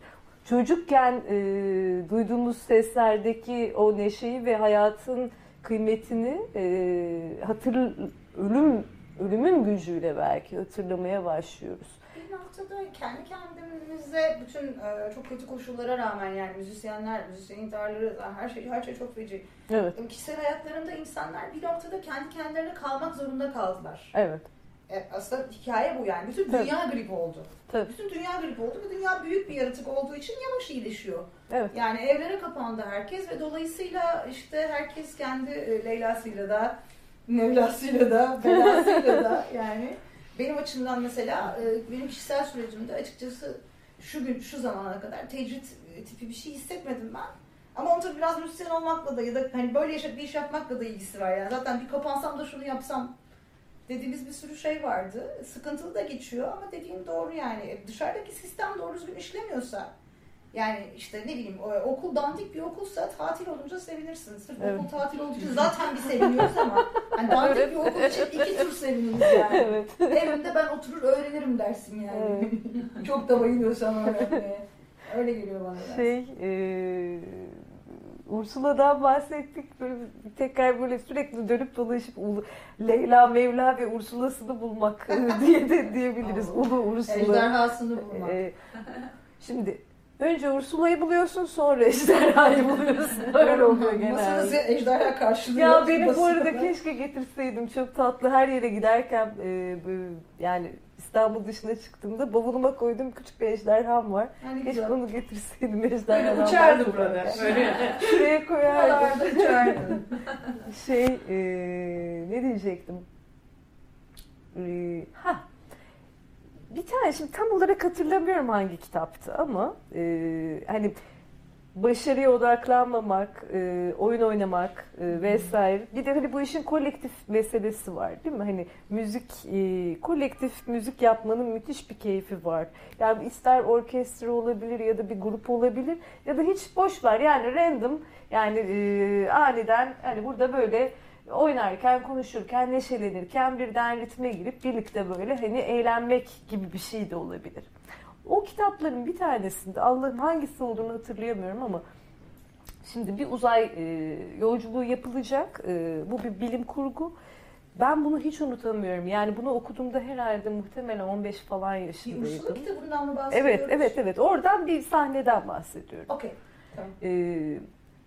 E: çocukken e, duyduğumuz seslerdeki o neşeyi ve hayatın kıymetini e, hatır ölüm ölümün gücüyle belki hatırlamaya başlıyoruz.
B: Bir noktada kendi kendimize bütün e, çok kötü koşullara rağmen yani müzisyenler, müzisyen intiharları, her şey her şey çok feci.
E: Evet.
B: Kişisel hayatlarında insanlar bir noktada kendi kendilerine kalmak zorunda kaldılar.
E: Evet.
B: E, aslında hikaye bu yani. Bütün dünya
E: Tabii.
B: grip oldu.
E: Tabii.
B: Bütün dünya grip oldu ve dünya büyük bir yaratık olduğu için yavaş iyileşiyor.
E: Evet.
B: Yani evlere kapandı herkes ve dolayısıyla işte herkes kendi e, Leyla'sıyla da, Mevlasıyla da, belasıyla da yani benim açımdan mesela e, benim kişisel sürecimde açıkçası şu gün şu zamana kadar tecrit e, tipi bir şey hissetmedim ben. Ama onun tabii biraz müzisyen olmakla da ya da hani böyle yaşa, bir iş yapmakla da ilgisi var yani. Zaten bir kapansam da şunu yapsam dediğimiz bir sürü şey vardı. Sıkıntılı da geçiyor ama dediğim doğru yani. Dışarıdaki sistem doğru düzgün işlemiyorsa yani işte ne bileyim okul dandik bir okulsa tatil olunca sevinirsin. Sırf
E: Evet.
B: okul tatil olduğu için zaten bir seviniyoruz ama hani dandik
E: Evet.
B: bir okul için iki tür seviniriz yani.
E: Evet.
B: Evimde ben oturur öğrenirim dersin yani.
E: Evet.
B: Çok da bayılıyorsam öğrenmeye. Öyle geliyor bana da.
E: Şey, e, Ursula'dan bahsettik. Böyle tekrar böyle sürekli dönüp dolaşıp Ulu, Leyla, Mevla ve Ursula'sını bulmak diye de diyebiliriz. Ulu Ursula.
B: Ejderhasını bulmak.
E: E, şimdi önce Ursula'yı buluyorsun, sonra ejderhayı buluyorsun. Öyle oluyor
B: Masanızı
E: genelde.
B: ejderha karşılıyor.
E: Ya benim bu
B: Basıyor.
E: arada keşke getirseydim. Çok tatlı. Her yere giderken e, böyle, yani İstanbul dışına çıktığımda bavuluma koyduğum küçük bir ejderham var.
B: Yani
E: Keşke
B: güzel.
E: onu getirseydim ejderhadan.
F: Uçardı burada. Böyle.
E: Şuraya koyardım.
B: Buralarda uçardı.
E: Şey, e, ne diyecektim? E, ha, bir tane şimdi tam olarak hatırlamıyorum hangi kitaptı ama e, hani başarıya odaklanmamak, e, oyun oynamak e, vesaire. Bir de hani bu işin kolektif meselesi var, değil mi? Hani müzik, e, kolektif müzik yapmanın müthiş bir keyfi var. Yani ister orkestra olabilir ya da bir grup olabilir ya da hiç boş ver yani random yani e, aniden hani burada böyle oynarken, konuşurken, neşelenirken birden ritme girip birlikte böyle hani eğlenmek gibi bir şey de olabilir. O kitapların bir tanesinde, Allah'ım hangisi olduğunu hatırlayamıyorum ama şimdi bir uzay e, yolculuğu yapılacak. E, bu bir bilim kurgu. Ben bunu hiç unutamıyorum. Yani bunu okuduğumda herhalde muhtemelen on beş falan
B: Bir Ursula
E: yaşındaydım.
B: kitabından mı bahsediyoruz?
E: Evet, evet, evet. Oradan bir sahneden bahsediyorum.
B: Okey. Tamam.
E: Ee,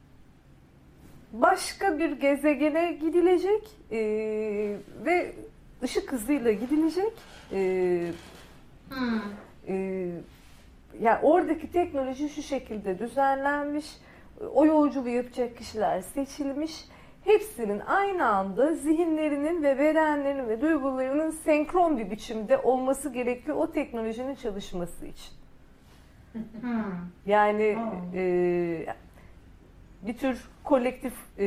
E: başka bir gezegene gidilecek ee, ve ışık hızıyla gidilecek. Ee,
B: Hmm.
E: ee, yani oradaki teknoloji şu şekilde düzenlenmiş. O yolculuğu yapacak kişiler seçilmiş. Hepsinin aynı anda zihinlerinin ve bedenlerinin ve duygularının senkron bir biçimde olması gerekiyor o teknolojinin çalışması için.
B: Hmm.
E: Yani
B: Aa.
E: e, bir tür kolektif e,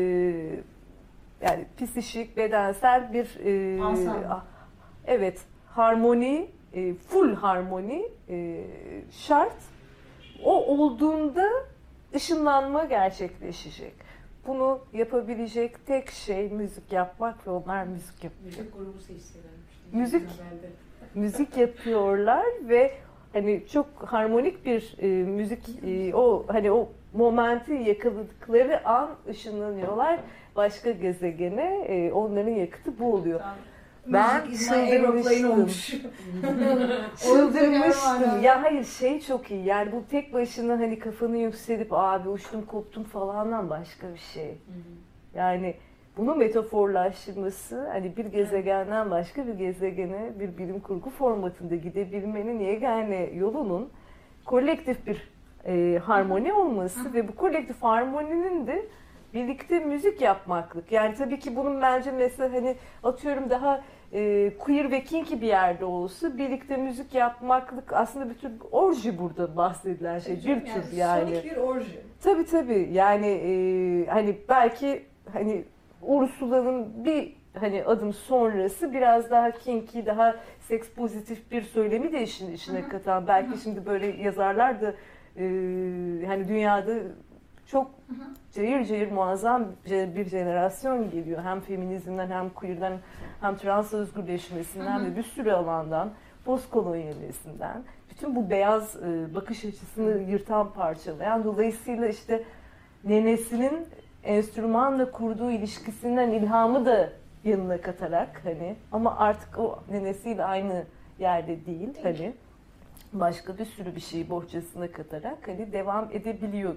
E: yani psikik, bedensel bir e,
B: Ensemble.
E: ah, evet harmoni, e, full harmoni e, şart. O olduğunda ışınlanma gerçekleşecek. Bunu yapabilecek tek şey müzik yapmak ve onlar müzik yapıyor.
F: Müzik grubu seçtilermiş.
E: Müzik. Müzik yapıyorlar ve hani çok harmonik bir e, müzik e, o hani o momenti yakaladıkları an ışınlanıyorlar başka gezegene. E, onların yakıtı bu oluyor. Ben
B: Müzik is my aeroplane
E: çıldırmıştım.
B: olmuş.
E: Çıldırmıştım. Ya hayır şey çok iyi. Yani bu tek başına hani kafanı yükselip abi uçtum koptum falandan başka bir şey. Yani bunu metaforlaştırması hani bir gezegenden başka bir gezegene bir bilim kurgu formatında gidebilmenin yegane yolunun kolektif bir e, harmoni olması ve bu kolektif harmoninin de birlikte müzik yapmaklık. Yani tabii ki bunun bence mesela hani atıyorum daha e, queer ve kinky bir yerde olsa birlikte müzik yapmaklık aslında bir tür orji burada bahsedilen şey. Bir tür yani.
B: Sonik bir orji.
E: Tabii tabii yani e, hani belki hani Ursula'nın bir hani adım sonrası biraz daha kinky, daha seks pozitif bir söylemi de işin içine
B: Hı hı.
E: katan. Belki
B: Hı hı.
E: şimdi böyle yazarlar da e, hani dünyada çok
B: Hı hı.
E: cayır cayır muazzam bir jenerasyon geliyor. Hem feminizmden hem queer'den hem trans özgürleşmesinden
B: Hı hı.
E: ve bir sürü alandan postkolonyalizmden, bütün bu beyaz e, bakış açısını yırtan, parçalayan, dolayısıyla işte nenesinin enstrümanla kurduğu ilişkisinden ilhamı da yanına katarak hani, ama artık o nenesiyle aynı yerde değil hani, başka bir sürü bir şeyi bohçasına katarak hani devam edebiliyor.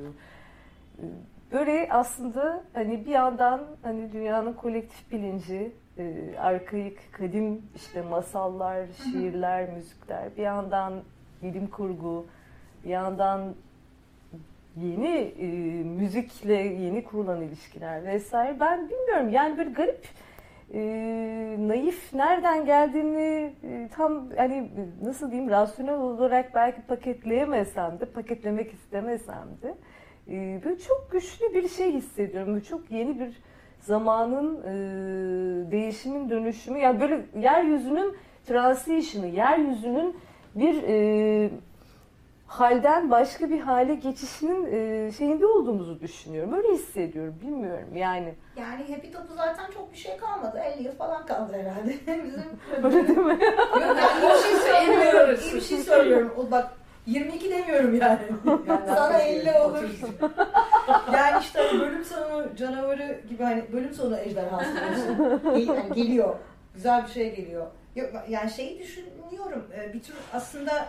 E: Böyle aslında hani bir yandan hani dünyanın kolektif bilinci, arkaik, kadim işte masallar, şiirler, müzikler, bir yandan bilim kurgu, bir yandan yeni e, müzikle yeni kurulan ilişkiler vesaire. Ben bilmiyorum yani böyle garip, e, naif, nereden geldiğini e, tam hani nasıl diyeyim, rasyonel olarak belki paketleyemesem de, paketlemek istemesem de e, böyle çok güçlü bir şey hissediyorum. Böyle çok yeni bir zamanın e, değişimin, dönüşümü, yani böyle yeryüzünün transition'ı, yeryüzünün bir e, halden başka bir hale geçişinin e, şeyinde olduğumuzu düşünüyorum. Öyle hissediyorum. Bilmiyorum yani.
B: Yani Happy Top'u zaten çok bir şey kalmadı. elli yıl falan kaldı herhalde. Bizim
E: Öyle değil mi?
B: Yok, yani iyi bir şey söylüyorum. İyi bir şey söylüyorum. O bak yirmi iki demiyorum yani. Sana elli olur. Yani işte hani bölüm sonu canavarı gibi, hani bölüm sonu ejderhası yani geliyor. Güzel bir şey geliyor. Yok, yani şeyi düşünüyorum. Bir tür aslında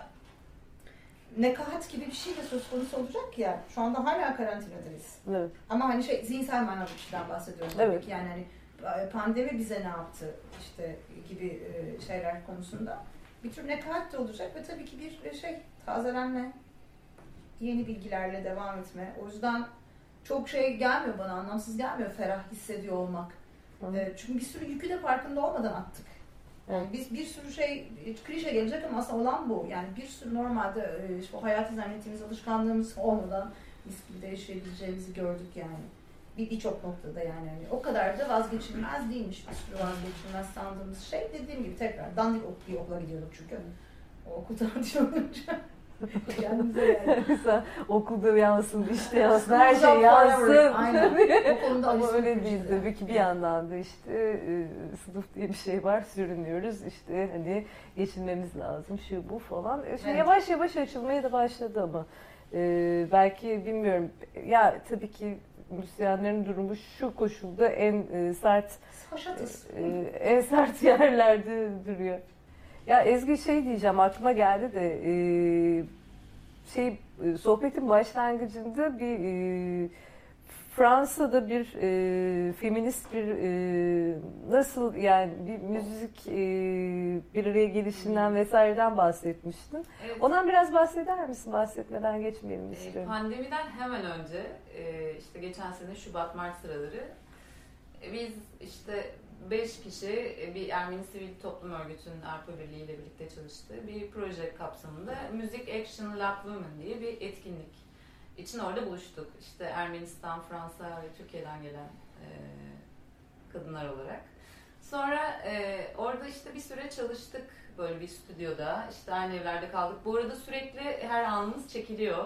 B: nekahat gibi bir şey de söz konusu olacak ya. Şu anda hala karantinadayız.
E: Evet.
B: Ama hani şey, zihinsel manada bir şeyden bahsediyorum.
E: Evet.
B: Tabii. Yani hani pandemi bize ne yaptı işte gibi şeyler konusunda. Bir tür nekahat de olacak ve tabii ki bir şey, tazelenme, yeni bilgilerle devam etme. O yüzden çok şey gelmiyor bana, anlamsız gelmiyor ferah hissediyor olmak. Hı. Çünkü bir sürü yükü de farkında olmadan attık. Yani biz bir sürü şey, klişe gelecek ama aslında olan bu. Yani bir sürü normalde işte o hayatı zannettiğimiz alışkanlığımız olmadan mis gibi değişebileceğimizi gördük yani. Bir birçok noktada yani. yani. O kadar da vazgeçilmez değilmiş. Bir sürü vazgeçilmez sandığımız şey. Dediğim gibi tekrar dandik bir okula gidiyorduk çünkü. O okuldan olunca kendimize yani.
E: Mesela okulda yansın, işte yansın, her şey yansın.
B: Aynen. O konuda
E: ama öyle değil tabii ki, bir yandan da işte e, sınıf diye bir şey var, sürünüyoruz işte hani geçinmemiz lazım, şu bu falan. Şimdi evet. Yavaş yavaş açılmaya da başladı ama e, belki bilmiyorum ya, tabii ki müzisyenlerin durumu şu koşulda en e, sert e, en sert yerlerde duruyor. Ya Ezgi, şey diyeceğim, aklıma geldi de e, şey sohbetin başlangıcında bir e, Fransa'da bir e, feminist bir e, nasıl yani bir müzik e, bir araya gelişinden vesaireden bahsetmiştin. Evet. Ondan biraz bahseder misin? Bahsetmeden geçmeyelim istiyorum.
D: Pandemiden hemen önce e, işte geçen sene Şubat-Mart sıraları e, biz işte beş kişi bir Ermeni Sivil Toplum Örgütü'nün Avrupa Birliği ile birlikte çalıştığı bir proje kapsamında Music Action Lab Women diye bir etkinlik için orada buluştuk. İşte Ermenistan, Fransa ve Türkiye'den gelen e, kadınlar olarak. Sonra e, orada işte bir süre çalıştık böyle bir stüdyoda. İşte aynı evlerde kaldık. Bu arada sürekli her anımız çekiliyor.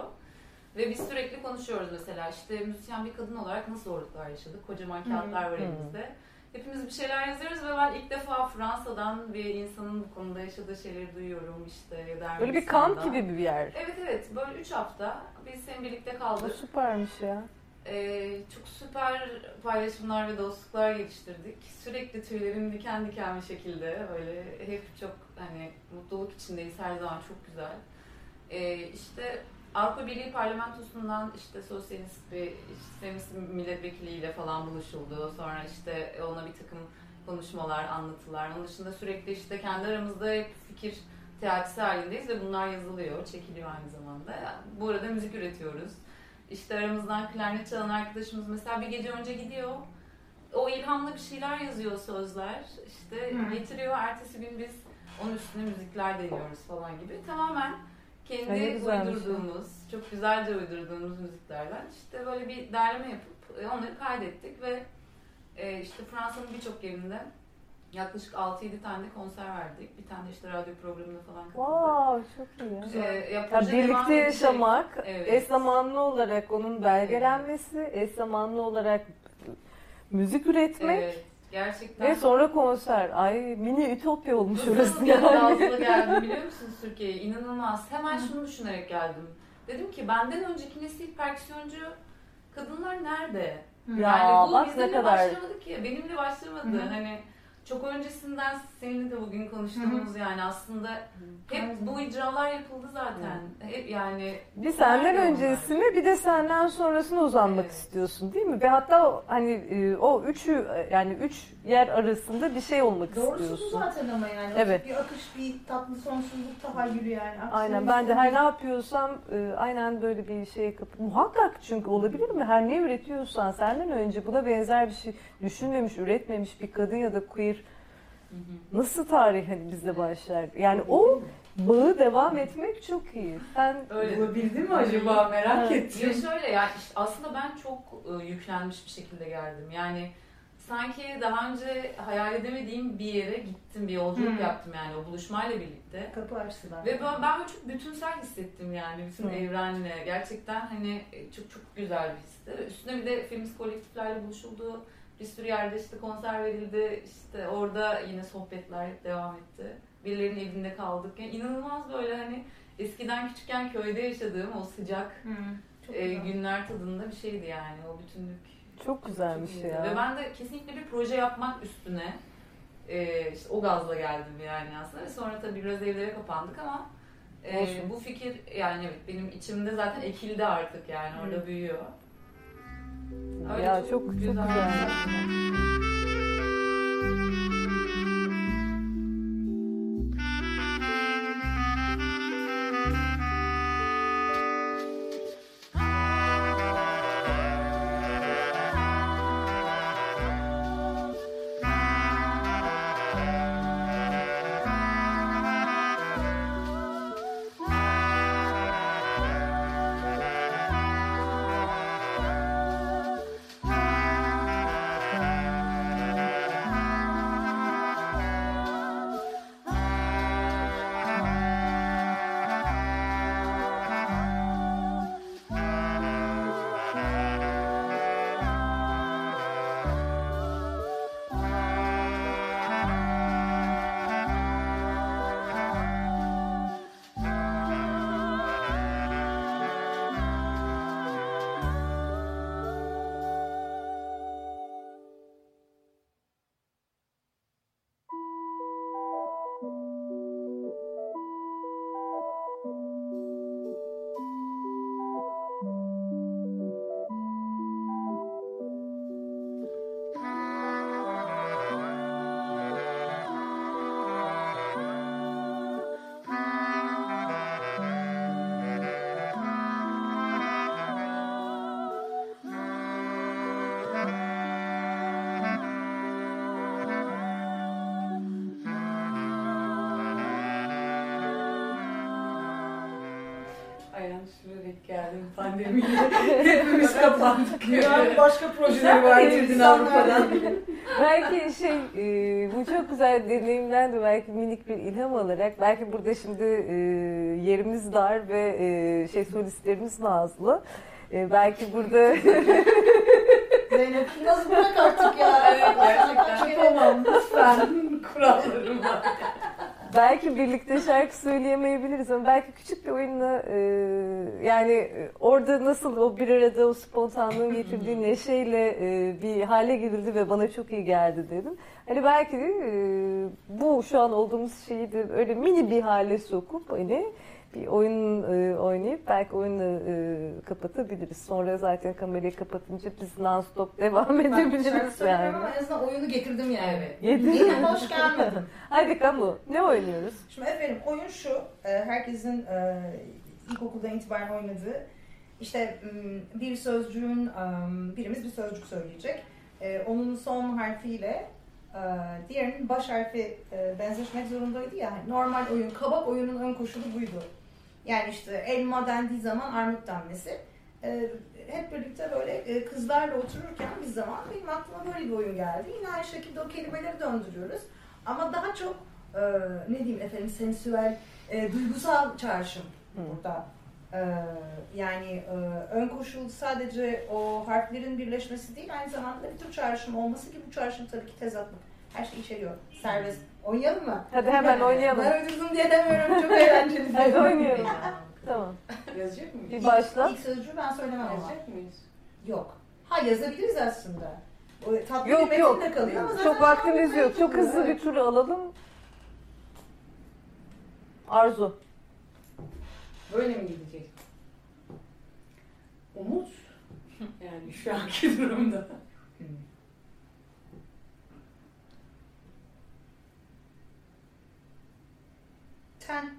D: Ve biz sürekli konuşuyoruz mesela. İşte müzisyen bir kadın olarak nasıl zorluklar yaşadık? Kocaman kağıtlar var elimizde. Hepimiz bir şeyler yazıyoruz ve ben ilk defa Fransa'dan bir insanın bu konuda yaşadığı şeyleri duyuyorum işte.
E: Böyle bir kamp gibi bir yer.
D: Evet evet, böyle üç hafta biz seninle birlikte kaldık.
E: O süpermiş ya.
D: Ee, çok süper paylaşımlar ve dostluklar geliştirdik. Sürekli tüylerim diken diken bir şekilde böyle hep çok hani mutluluk içindeyiz her zaman, çok güzel. Ee, işte Avrupa Birliği Parlamentosu'ndan işte sosyalist bir feminist milletvekiliyle falan buluşuldu. Sonra işte ona bir takım konuşmalar, anlatılar. Onun dışında sürekli işte kendi aramızda hep fikir teatisi halindeyiz ve bunlar yazılıyor, çekiliyor aynı zamanda. Bu arada müzik üretiyoruz. İşte aramızdan klarnet çalan arkadaşımız mesela bir gece önce gidiyor. O ilhamla bir şeyler yazıyor, sözler. İşte hmm. getiriyor, ertesi gün biz onun üstüne müzikler deniyoruz falan gibi. Tamamen kendi uydurduğumuz, çok güzelce uydurduğumuz müziklerden işte böyle bir derleme yapıp onları kaydettik ve işte Fransa'nın birçok yerinde yaklaşık altı yedi tane konser verdik. Bir tane işte radyo programına falan katıldık.
E: Wow, çok iyi. Güzel.
D: Ee,
E: ya, birlikte yaşamak, evet. Eş zamanlı olarak onun belgelenmesi, evet. Eş zamanlı olarak müzik üretmek.
D: Evet. Gerçekten.
E: Ve sonra konser. Ay mini ütopya olmuş orası
D: Nasıl
E: yani.
D: gazlı geldim biliyor musunuz Türkiye'ye? İnanılmaz. Hemen şunu düşünerek geldim. Dedim ki benden önceki nesil perküsyoncu kadınlar nerede?
E: Ya
D: Yani bu
E: bak ne
D: bizimle
E: kadar.
D: başlamadı ki. Benimle başlamadı.
B: Hı hı.
D: Hani çok öncesinden seninle de bugün konuştuğumuz yani aslında hep bu icralar yapıldı zaten. Hep yani
E: Bir senden
D: nerede onlar?
E: öncesine bir de senden sonrasına uzanmak
D: Evet.
E: istiyorsun değil mi? Ve hatta hani e, o üçü yani üç yer arasında bir şey olmak
B: Doğrusu
E: istiyorsun.
B: bu zaten ama yani.
E: Evet.
B: Bir akış, bir tatlı sonsuzluk tahayyülü yani. Aksine
E: Aynen ben de her ne yapıyorsam e, aynen böyle bir şeye kapı. Muhakkak çünkü olabilir mi? Her ne üretiyorsan senden önce buna benzer bir şey düşünmemiş, üretmemiş bir kadın ya da queer nasıl tarih hani bizde başlar? Yani o bağı devam etmek çok iyi. Sen
D: öyle.
F: Bulabildi mi acaba merak
E: Evet.
F: ettim.
D: Ya şöyle yani işte aslında ben çok e, yüklenmiş bir şekilde geldim. Yani sanki daha önce hayal edemediğim bir yere gittim, bir yolculuk
B: Hı.
D: yaptım yani o buluşmayla birlikte.
B: kapı açtılar.
D: Ve ben, ben böyle çok bütünsel hissettim yani bütün
E: Hı.
D: evrenle. Gerçekten hani e, çok çok güzel bir histi. Üstüne bir de feminist kolektiflerle buluşuldu. Bir sürü yerde işte konser verildi. İşte orada yine sohbetler devam etti. Birilerinin evinde kaldık. Yani inanılmaz böyle hani eskiden küçükken köyde yaşadığım o sıcak
B: Hı. Çok
D: e,
B: güzel.
D: günler tadında bir şeydi yani o bütünlük.
E: çok güzelmiş
D: iyiydi.
E: ya.
D: Ve ben de kesinlikle bir proje yapmak üstüne e, işte o gazla geldim yani aslında. Ve sonra tabii biraz evlere kapandık ama e,
E: Olsun.
D: bu fikir yani evet benim içimde zaten ekildi artık yani orada büyüyor. Öyle
E: Ya çok çok
D: güzel.
E: güzel.
F: Aynen sürerek geldim pandemiyle. Hepimiz kapandık.
B: Yani başka projeleri var girdin Avrupa'dan.
E: Belki şey e, bu çok güzel deneyimden de belki minik bir ilham alarak belki burada şimdi e, yerimiz dar ve e, şey solistlerimiz nazlı. E, belki burada
B: Zeynep nasıl bırak artık ya.
F: Evet gerçekten yapamam lütfen kurallarım var.
E: belki birlikte şarkı söyleyemeyebiliriz ama belki küçük bir oyunla e, yani e, orada nasıl o bir arada o spontanlığın getirdiği neşeyle e, bir hale girildi ve bana çok iyi geldi dedim. Hani belki de e, bu şu an olduğumuz şeyi de öyle mini bir hale sokup hani bir oyun e, oynayıp belki oyunu e, kapatabiliriz. Sonra zaten kamerayı kapatınca biz non-stop devam
B: Ben şarkı
E: edebiliriz
B: söylüyorum
E: yani.
B: ama en azından oyunu getirdim yani.
D: Evet.
E: Yedi.
B: Yine hoş gelmedin.
E: Hadi Kamu, ne oynuyoruz?
B: Şimdi efendim oyun şu, e, herkesin e, ilkokuldan itibaren oynadığı, işte m, bir sözcüğün, e, birimiz bir sözcük söyleyecek. E, Onun son harfiyle e, diğerinin baş harfi e, benzeşmek zorundaydı ya. Normal oyun, kabak oyunun ön koşulu buydu. Yani işte elma dendiği zaman armut denmesi. E, Hep birlikte böyle e, kızlarla otururken bir zaman benim aklıma böyle bir oyun geldi. Yine aynı şekilde o kelimeleri döndürüyoruz. Ama daha çok e, ne diyeyim efendim sensüel, e, duygusal çağrışım
E: Hı.
B: burada Ee, yani e, ön koşul sadece o harflerin birleşmesi değil, aynı zamanda bir tür çağrışım olması ki bu çağrışım tabii ki tezatlık. Her şey içeriyor. Serbest. Oynayalım mı?
E: Hadi hemen oynayalım.
B: Ben uydurdum diye demiyorum. Çok eğlenceli.
E: Hadi oynayalım. Tamam.
F: Yazacak mıyız?
E: Bir başla.
B: İlk sözcüğü ben söylemem ama.
F: Yazacak mıyız?
B: Yok. Ha yazabiliriz aslında. O tatlı bir
E: Yok
B: metin
E: yok.
B: de kalıyor ama zaten
E: Çok
B: şu an
E: vaktimiz yok. Çok
B: kalıyor.
E: hızlı bir tur alalım. Arzu.
F: Böyle mi gidecek? Umut. Yani şu anki durumda.
B: Ten.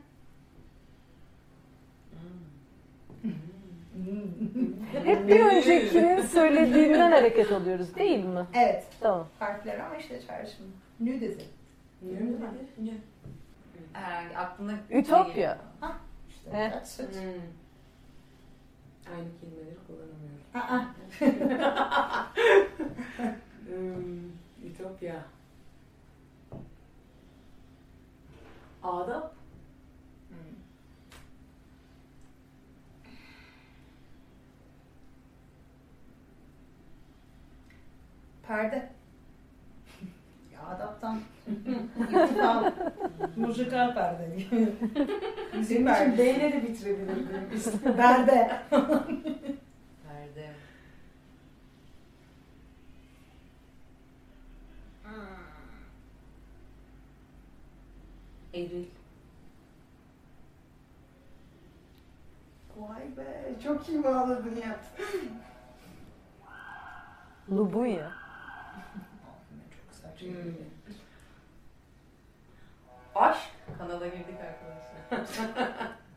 E: Hep bir öncekinin söylediğinden hareket alıyoruz değil mi?
B: Evet.
E: Tamam.
B: Harfler ama işte çağrışım. Nudizm.
F: Ne mi? Ne?
D: Herhangi aklına
E: Ütopya.
B: İşte
E: Eh.
B: that's it.
F: Hmm. Aynı kelimeleri kullanamıyorum.
B: Aa.
F: Hmm, Ütopya. Adap.
B: Perde. Ya adaptan. İrtifam. Müzikal perde. Müzik
F: Senin için
B: perde.
F: B'yle de bitirebilirdim.
B: Perde.
D: Perde.
F: Eril. Vay be, çok iyi bağladın ya.
E: Lubunya.
B: Çok güzel.
F: Hmm. Aşk.
D: Kanala girdik arkadaşlar.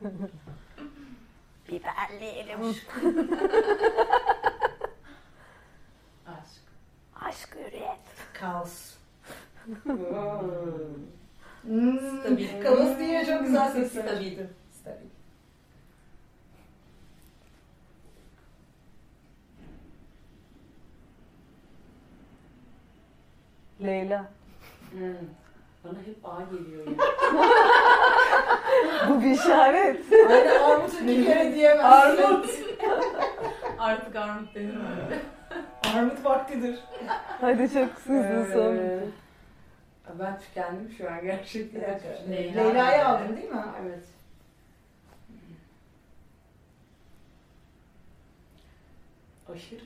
E: Biberleyelim.
D: Aşk.
E: Aşk hürriyet.
B: Kaos.
F: Hmm.
B: Hmm.
D: Stabil.
B: Kaos diye çok güzel sesler.
D: Stabil.
B: Stabil.
E: Leyla.
F: Hmm. Bana hep A geliyor ya.
E: Bu bir işaret.
B: Aynen armutun iki kere diyemezsin.
F: Armut.
D: Artık armut denir mi?
B: Armut vaktidir.
E: Hadi çok hızlı son.
F: Ee, Ben tükendim şu an gerçekten.
B: Bir dakika.
D: Leyla.
B: Leyla'yı aldın değil mi?
F: Evet. Aşırı.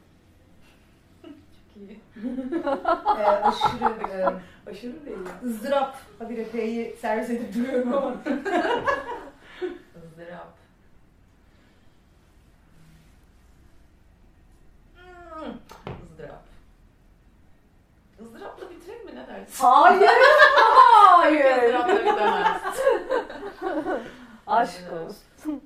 D: Çok iyi.
B: Ee, aşırı e,
F: Aşırı değil.
B: ızdırap. Habire P'yi servis edip duruyorum ama.
D: ızdırap. ızdırap. Izdırapla bitirir mi ne dersin?
B: Hayır.
E: Hayır.
D: Izdırapla bitemez.
E: Aşk olsun.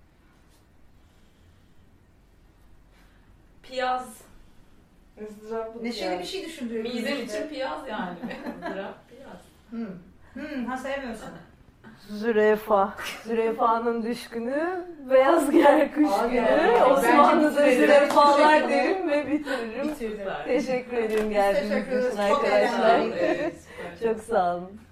D: Piyaz.
B: Neşeli bir şey düşündürüyor.
D: Midem için piyaz yani. Izdırap piyaz.
B: Hmm. Hmm, ha sevmiyorsun.
E: Zürefa. Zürefa'nın düşkünü, beyaz giyer kış
B: Abi,
E: günü.
B: evet.
E: Osmanlı'da
B: Bence bitirelim.
E: zürefalar
B: Teşekkür
E: derim ve bitiririm.
B: Bitirdim.
E: Teşekkür ederim
B: Biz
E: geldiğiniz
B: teşekkür ederiz.
E: için
B: Çok
E: arkadaşlar.
B: eğlenceliydi.
E: Çok sağ olun.